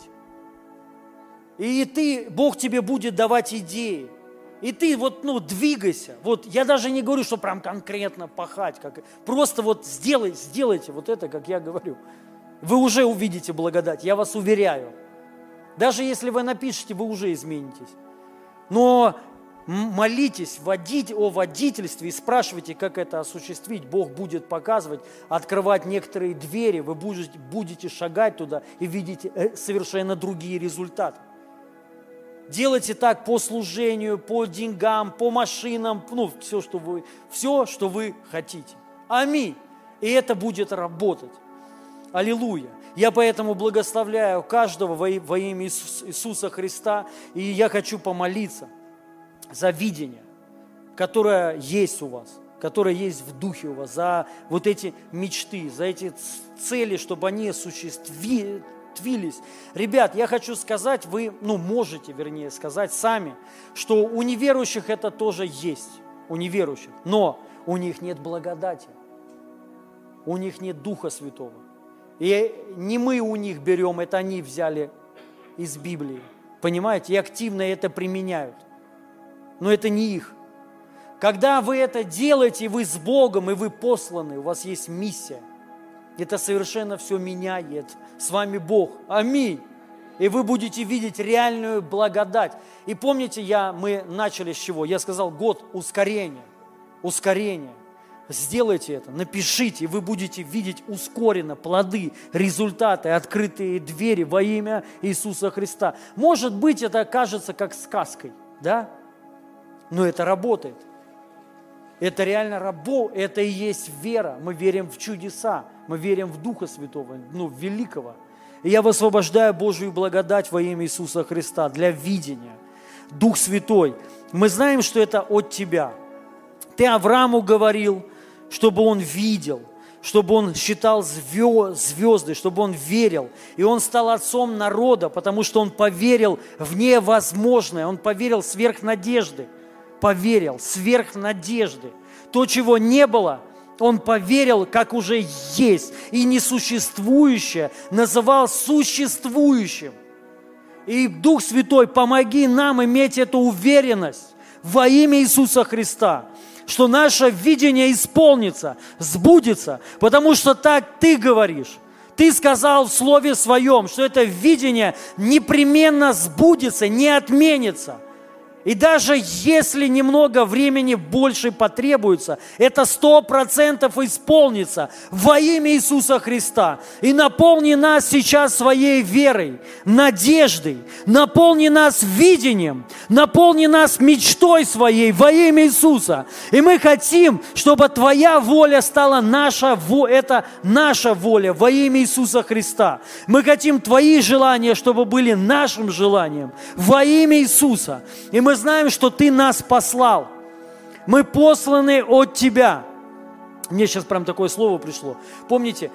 И ты, Бог тебе будет давать идеи, и ты вот, ну, двигайся. Вот я даже не говорю, что прям конкретно пахать, как, просто вот сделай, сделайте вот это, как я говорю. Вы уже увидите благодать, я вас уверяю. Даже если вы напишете, вы уже изменитесь. Но молитесь водить, о водительстве и спрашивайте, как это осуществить. Бог будет показывать, открывать некоторые двери, вы будете, будете шагать туда и видите совершенно другие результаты. Делайте так по служению, по деньгам, по машинам, ну, все, что вы, все, что вы хотите. Аминь. И это будет работать. Аллилуйя. Я поэтому благословляю каждого во имя Иисуса Христа, и я хочу помолиться за видение, которое есть у вас, которое есть в духе у вас, за вот эти мечты, за эти цели, чтобы они осуществились. Ребят, я хочу сказать, вы, ну, можете, вернее, сказать сами, что у неверующих это тоже есть, у неверующих, но у них нет благодати, у них нет Духа Святого. И не мы у них берем, это они взяли из Библии, понимаете, и активно это применяют. Но это не их. Когда вы это делаете, вы с Богом, и вы посланы, у вас есть миссия. Это совершенно все меняет. С вами Бог. Аминь. И вы будете видеть реальную благодать. И помните, я, мы начали с чего? Я сказал, год ускорения. Ускорение. Сделайте это, напишите, и вы будете видеть ускоренно плоды, результаты, открытые двери во имя Иисуса Христа. Может быть, это кажется как сказкой, да? Но это работает. Это реально работает, это и есть вера. Мы верим в чудеса, мы верим в Духа Святого, ну, великого. И я высвобождаю Божию благодать во имя Иисуса Христа для видения, Дух Святой, мы знаем, что это от Тебя. Ты Аврааму говорил, чтобы он видел, чтобы он считал звезды, чтобы он верил. И он стал отцом народа, потому что он поверил в невозможное, он поверил сверх надежды. Поверил сверх надежды. То, чего не было, он поверил, как уже есть. И несуществующее называл существующим. И Дух Святой, помоги нам иметь эту уверенность во имя Иисуса Христа, что наше видение исполнится, сбудется, потому что так Ты говоришь. Ты сказал в Слове Своем, что это видение непременно сбудется, не отменится. И даже если немного времени больше потребуется, это сто процентов исполнится во имя Иисуса Христа. И наполни нас сейчас своей верой, надеждой, наполни нас видением, наполни нас мечтой своей во имя Иисуса. И мы хотим, чтобы Твоя воля стала наша, это наша воля во имя Иисуса Христа. Мы хотим Твои желания, чтобы были нашим желанием во имя Иисуса. И мы знаем, что Ты нас послал. Мы посланы от Тебя. Мне сейчас прям такое слово пришло. Помните,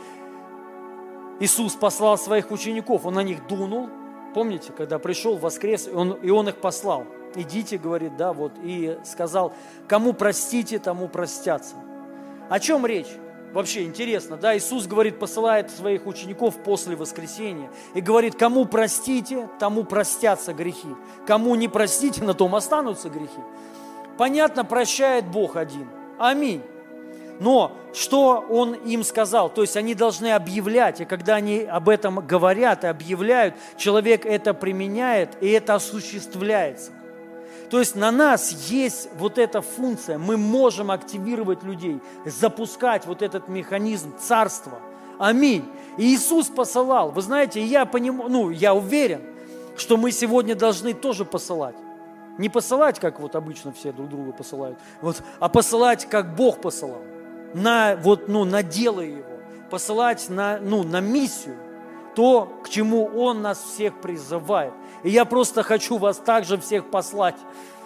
Иисус послал своих учеников, Он на них дунул. Помните, когда пришел, воскрес, и Он, и он их послал. Идите, говорит, да, вот, и сказал, кому простите, тому простятся. О чем речь? Вообще интересно, да, Иисус, говорит, посылает своих учеников после воскресения и говорит, кому простите, тому простятся грехи, кому не простите, на том останутся грехи. Понятно, прощает Бог один. Аминь. Но что Он им сказал? То есть они должны объявлять, и когда они об этом говорят и объявляют, человек это применяет, и это осуществляется. То есть на нас есть вот эта функция, мы можем активировать людей, запускать вот этот механизм царства. Аминь. И Иисус посылал. Вы знаете, я понимаю, ну, я уверен, что мы сегодня должны тоже посылать. Не посылать, как вот обычно все друг друга посылают, вот, а посылать, как Бог посылал. На, вот, ну, на дело Его. Посылать на, ну, на миссию. То, к чему Он нас всех призывает. И я просто хочу вас также всех послать,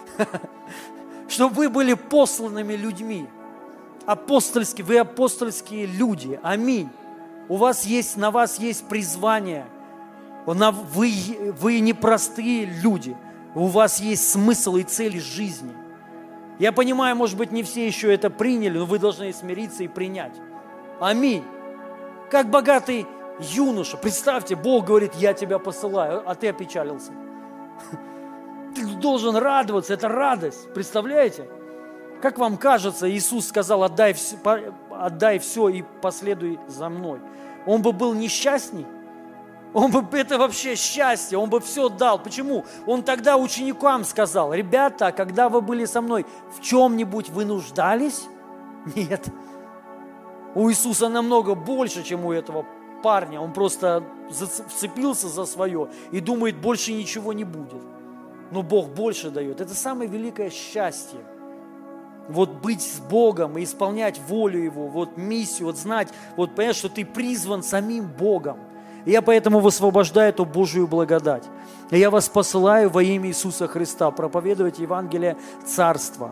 чтобы вы были посланными людьми. Апостольские, вы апостольские люди. Аминь. У вас есть, на вас есть призвание. Вы, вы непростые люди. У вас есть смысл и цель жизни. Я понимаю, может быть, не все еще это приняли, но вы должны смириться и принять. Аминь. Как богатый юноша, представьте, Бог говорит, я тебя посылаю, а ты опечалился. Ты должен радоваться, это радость, представляете? Как вам кажется, Иисус сказал, отдай все, отдай все и последуй за мной. Он бы был несчастней? Он бы, это вообще счастье, он бы все дал. Почему? Он тогда ученикам сказал, ребята, когда вы были со мной, в чем-нибудь вы нуждались? Нет. У Иисуса намного больше, чем у этого парня. Он просто вцепился за свое и думает, больше ничего не будет. Но Бог больше дает. Это самое великое счастье. Вот быть с Богом и исполнять волю Его, вот миссию, вот знать, вот понять, что ты призван самим Богом. И я поэтому высвобождаю эту Божию благодать. И я вас посылаю во имя Иисуса Христа проповедовать Евангелие Царства,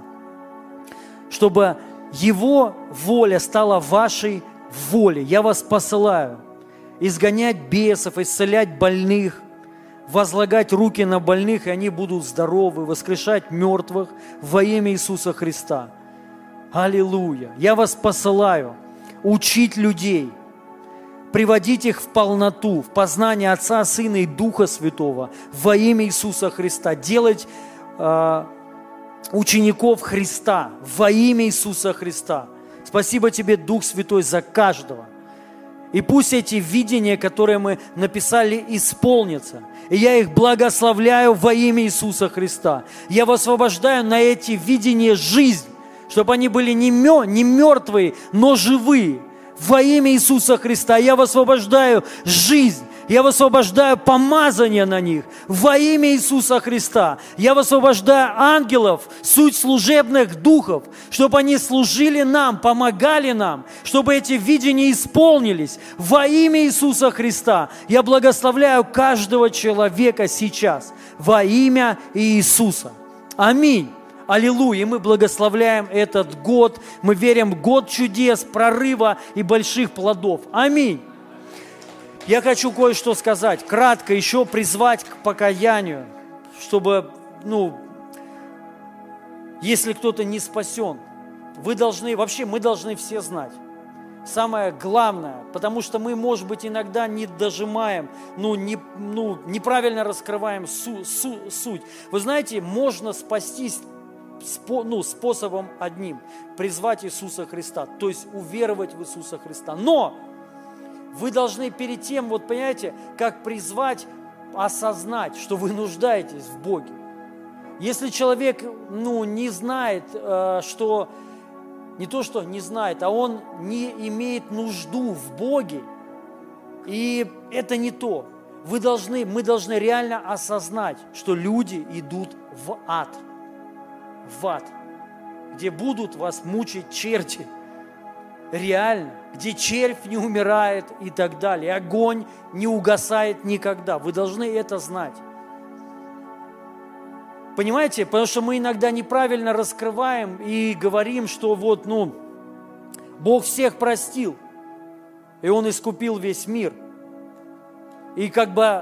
чтобы Его воля стала вашей волей. Я вас посылаю изгонять бесов, исцелять больных, возлагать руки на больных, и они будут здоровы, воскрешать мертвых во имя Иисуса Христа. Аллилуйя! Я вас посылаю учить людей, приводить их в полноту, в познание Отца, Сына и Духа Святого во имя Иисуса Христа, делать э, учеников Христа во имя Иисуса Христа. Спасибо Тебе, Дух Святой, за каждого. И пусть эти видения, которые мы написали, исполнятся. И я их благословляю во имя Иисуса Христа. Я высвобождаю на эти видения жизнь, чтобы они были не мертвые, но живые. Во имя Иисуса Христа я высвобождаю жизнь, Я высвобождаю помазание на них во имя Иисуса Христа. Я высвобождаю ангелов, суть служебных духов, чтобы они служили нам, помогали нам, чтобы эти видения исполнились во имя Иисуса Христа. Я благословляю каждого человека сейчас во имя Иисуса. Аминь. Аллилуйя. И мы благословляем этот год. Мы верим в год чудес, прорыва и больших плодов. Аминь. Я хочу кое-что сказать, кратко еще призвать к покаянию, чтобы, ну, если кто-то не спасен, вы должны, вообще мы должны все знать. Самое главное, потому что мы, может быть, иногда не дожимаем, ну, не, ну неправильно раскрываем су, су, суть. Вы знаете, можно спастись спо, ну, способом одним, призвать Иисуса Христа, то есть уверовать в Иисуса Христа. Но вы должны перед тем, вот понимаете, как призвать, осознать, что вы нуждаетесь в Боге. Если человек, ну, не знает, э, что, не то, что не знает, а он не имеет нужду в Боге, и это не то. Вы должны, мы должны реально осознать, что люди идут в ад, в ад, где будут вас мучить черти. Реально, где червь не умирает и так далее, огонь не угасает никогда. Вы должны это знать. Понимаете? Потому что мы иногда неправильно раскрываем и говорим, что вот, ну, Бог всех простил, и Он искупил весь мир. И как бы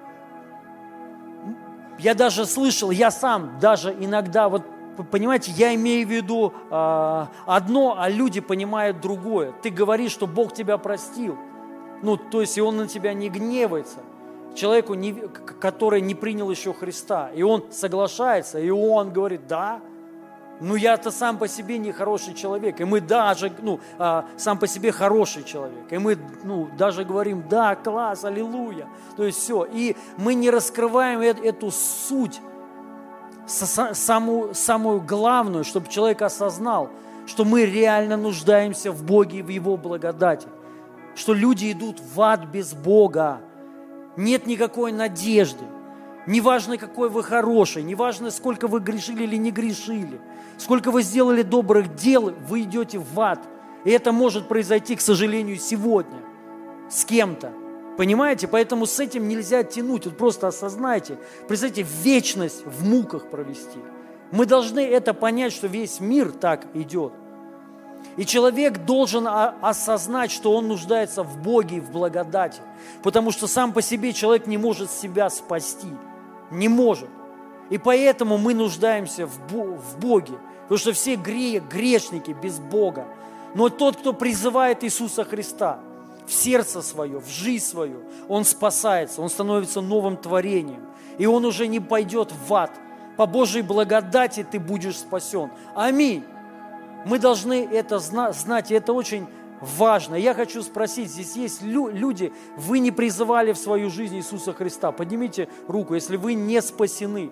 я даже слышал, я сам даже иногда вот, понимаете, я имею в виду э, одно, а люди понимают другое. Ты говоришь, что Бог тебя простил. Ну, то есть, и Он на тебя не гневается. Человеку, не, который не принял еще Христа. И он соглашается, и он говорит, да, ну я-то сам по себе не хороший человек. И мы даже, ну, э, сам по себе хороший человек. И мы, ну, даже говорим, да, класс, аллилуйя. То есть все. И мы не раскрываем эту, эту суть, Самую, самую главную, чтобы человек осознал, что мы реально нуждаемся в Боге и в Его благодати, что люди идут в ад без Бога, нет никакой надежды, неважно, какой вы хороший, неважно, сколько вы грешили или не грешили, сколько вы сделали добрых дел, вы идете в ад, и это может произойти, к сожалению, сегодня с кем-то. Понимаете? Поэтому с этим нельзя тянуть. Вот просто осознайте. Представьте, вечность в муках провести. Мы должны это понять, что весь мир так идет. И человек должен осознать, что он нуждается в Боге и в благодати. Потому что сам по себе человек не может себя спасти. Не может. И поэтому мы нуждаемся в Боге. Потому что все грешники без Бога. Но тот, кто призывает Иисуса Христа в сердце свое, в жизнь свою, он спасается, он становится новым творением. И он уже не пойдет в ад. По Божьей благодати ты будешь спасен. Аминь. Мы должны это знать, и это очень важно. Я хочу спросить, здесь есть люди, вы не призывали в свою жизнь Иисуса Христа. Поднимите руку, если вы не спасены.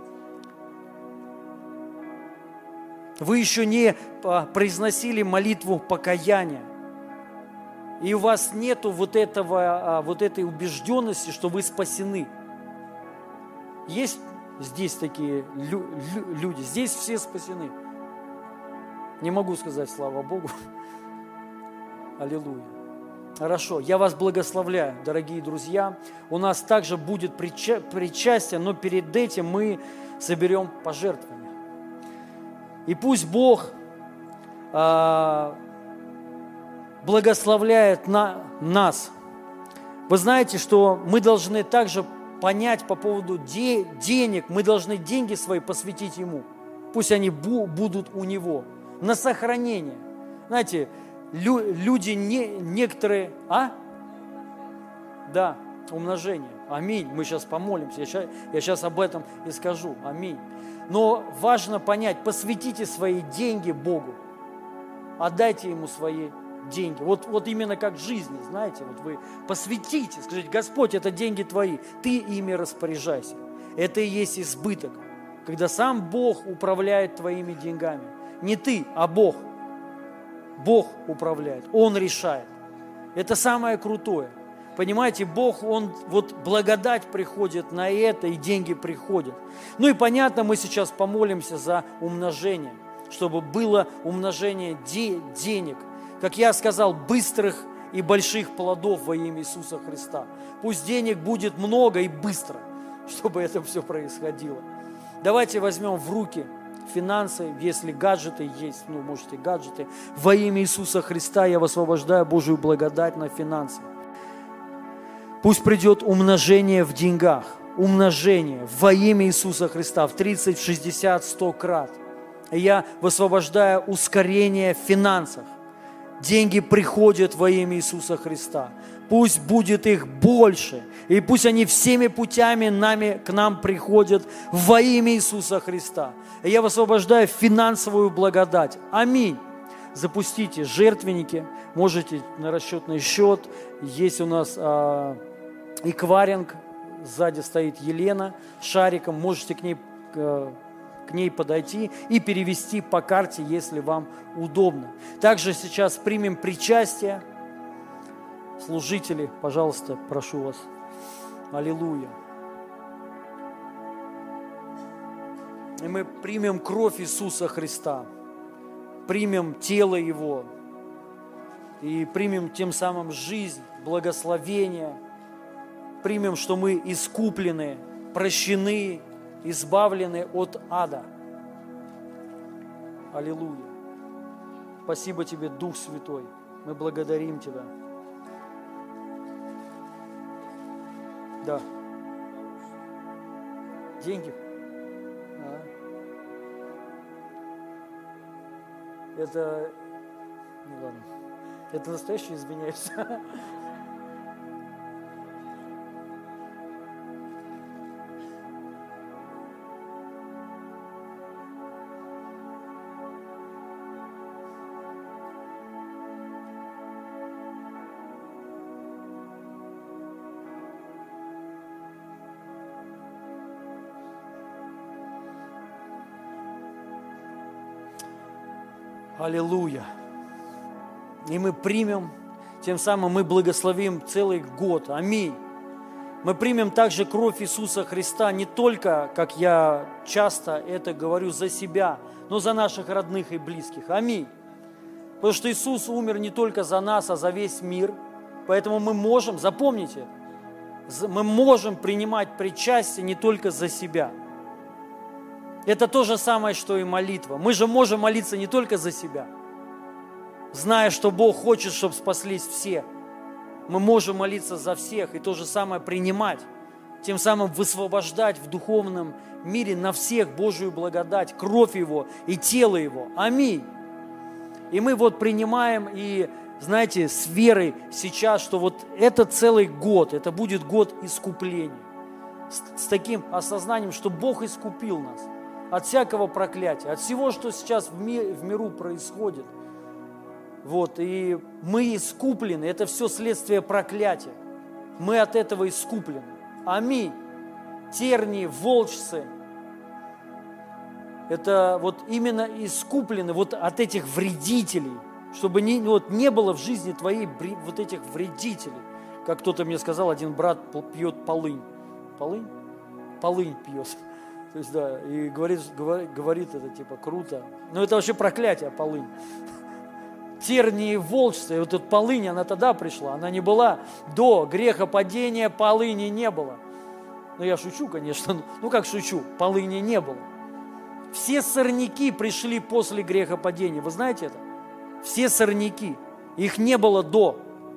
Вы еще не произносили молитву покаяния. И у вас нету вот, этого, вот этой убежденности, что вы спасены. Есть здесь такие лю- лю- люди, здесь все спасены. Не могу сказать, слава Богу. Аллилуйя. Хорошо, я вас благословляю, дорогие друзья. У нас также будет прича- причастие, но перед этим мы соберем пожертвования. И пусть Бог а, благословляет на, нас. Вы знаете, что мы должны также понять по поводу де, денег, мы должны деньги свои посвятить Ему. Пусть они бу, будут у Него. На сохранение. Знаете, лю, люди не, некоторые... А? Да, умножение. Аминь. Мы сейчас помолимся. Я сейчас, я сейчас об этом и скажу. Аминь. Но важно понять, посвятите свои деньги Богу. Отдайте Ему свои деньги. Вот, вот именно как в жизни, знаете, вот вы посвятите, скажите, Господь, это деньги Твои, Ты ими распоряжайся. Это и есть избыток, когда сам Бог управляет твоими деньгами. Не ты, а Бог. Бог управляет, Он решает. Это самое крутое. Понимаете, Бог, Он, вот благодать приходит на это, и деньги приходят. Ну и понятно, мы сейчас помолимся за умножение, чтобы было умножение де- денег. Как я сказал, быстрых и больших плодов во имя Иисуса Христа. Пусть денег будет много и быстро, чтобы это все происходило. Давайте возьмем в руки финансы, если гаджеты есть, ну, можете гаджеты. Во имя Иисуса Христа я высвобождаю Божию благодать на финансы. Пусть придет умножение в деньгах, умножение во имя Иисуса Христа в тридцать, в шестьдесят, сто крат. И я высвобождаю ускорение в финансах. Деньги приходят во имя Иисуса Христа. Пусть будет их больше. И пусть они всеми путями нами, к нам приходят во имя Иисуса Христа. И я высвобождаю финансовую благодать. Аминь. Запустите жертвенники. Можете на расчетный счет. Есть у нас а, эквайринг. Сзади стоит Елена с шариком. Можете к ней... к ней подойти и перевести по карте, если вам удобно. Также сейчас примем причастие. Служители, пожалуйста, прошу вас. Аллилуйя. И мы примем кровь Иисуса Христа, примем тело Его и примем тем самым жизнь, благословение, примем, что мы искуплены, прощены, избавлены от ада. Аллилуйя. Спасибо Тебе, Дух Святой. Мы благодарим Тебя. Да. Деньги? А. Это... Ну ладно. Это настоящее, извиняюсь. Аллилуйя. И мы примем, тем самым мы благословим целый год. Аминь. Мы примем также кровь Иисуса Христа не только, как я часто это говорю, за себя, но за наших родных и близких. Аминь. Потому что Иисус умер не только за нас, а за весь мир. Поэтому мы можем, запомните, мы можем принимать причастие не только за себя. Это то же самое, что и молитва. Мы же можем молиться не только за себя, зная, что Бог хочет, чтобы спаслись все. Мы можем молиться за всех и то же самое принимать, тем самым высвобождать в духовном мире на всех Божию благодать, кровь Его и тело Его. Аминь. И мы вот принимаем и, знаете, с верой сейчас, что вот это целый год, это будет год искупления. С, с таким осознанием, что Бог искупил нас от всякого проклятия, от всего, что сейчас в, ми, в миру происходит. Вот, и мы искуплены, это все следствие проклятия. Мы от этого искуплены. Аминь. Тернии, волчцы, это вот именно искуплены вот от этих вредителей, чтобы не, вот, не было в жизни твоей вот этих вредителей. Как кто-то мне сказал, один брат пьет полынь. Полынь? Полынь пьет. То есть, да, и говорит, говорит, говорит это типа круто. Но это вообще проклятие, полынь. Тернии, волчцы, и вот эта полынь, она тогда пришла, она не была до грехопадения, полыни не было. Ну, я шучу, конечно, ну как шучу, полыни не было. Все сорняки пришли после грехопадения, вы знаете это? Все сорняки, их не было до.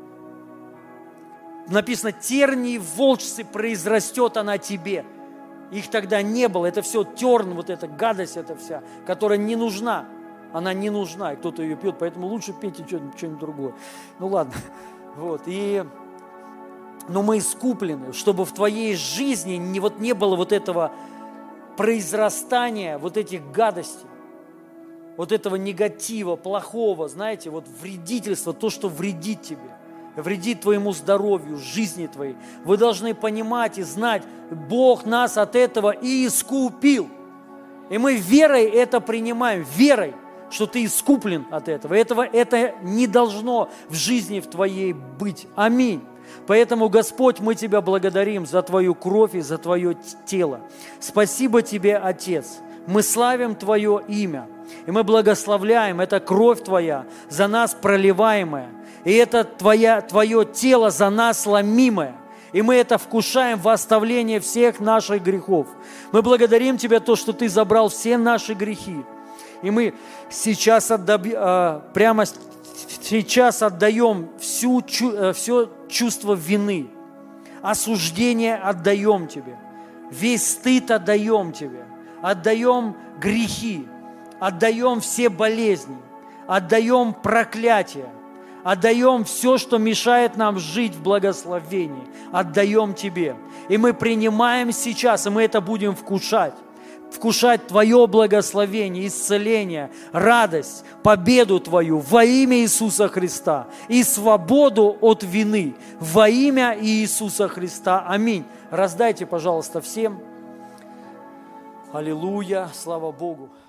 Написано, тернии, волчцы, произрастет она тебе. Их тогда не было, это все терн, вот эта гадость эта вся, которая не нужна. Она не нужна, и кто-то ее пьет, поэтому лучше пейте что-нибудь, что-нибудь другое. Ну ладно, вот, и... Но мы искуплены, чтобы в твоей жизни не, вот, не было вот этого произрастания, вот этих гадостей, вот этого негатива, плохого, знаете, вот вредительства, то, что вредит тебе, вредит твоему здоровью, жизни твоей. Вы должны понимать и знать, Бог нас от этого и искупил. И мы верой это принимаем, верой, что ты искуплен от этого. Этого это не должно в жизни в твоей быть. Аминь. Поэтому, Господь, мы Тебя благодарим за Твою кровь и за Твое тело. Спасибо Тебе, Отец. Мы славим Твое имя, и мы благословляем, это кровь Твоя за нас проливаемая, и это Твоя, Твое тело за нас ломимое, и мы это вкушаем в оставление всех наших грехов. Мы благодарим Тебя, то, что Ты забрал все наши грехи, и мы сейчас отда... прямо сейчас отдаем всю, все чувство вины, осуждение отдаем Тебе, весь стыд отдаем Тебе, отдаем грехи, отдаем все болезни, отдаем проклятия, отдаем все, что мешает нам жить в благословении, отдаем Тебе. И мы принимаем сейчас, и мы это будем вкушать, вкушать Твое благословение, исцеление, радость, победу Твою во имя Иисуса Христа и свободу от вины во имя Иисуса Христа. Аминь. Раздайте, пожалуйста, всем. Аллилуйя, слава Богу.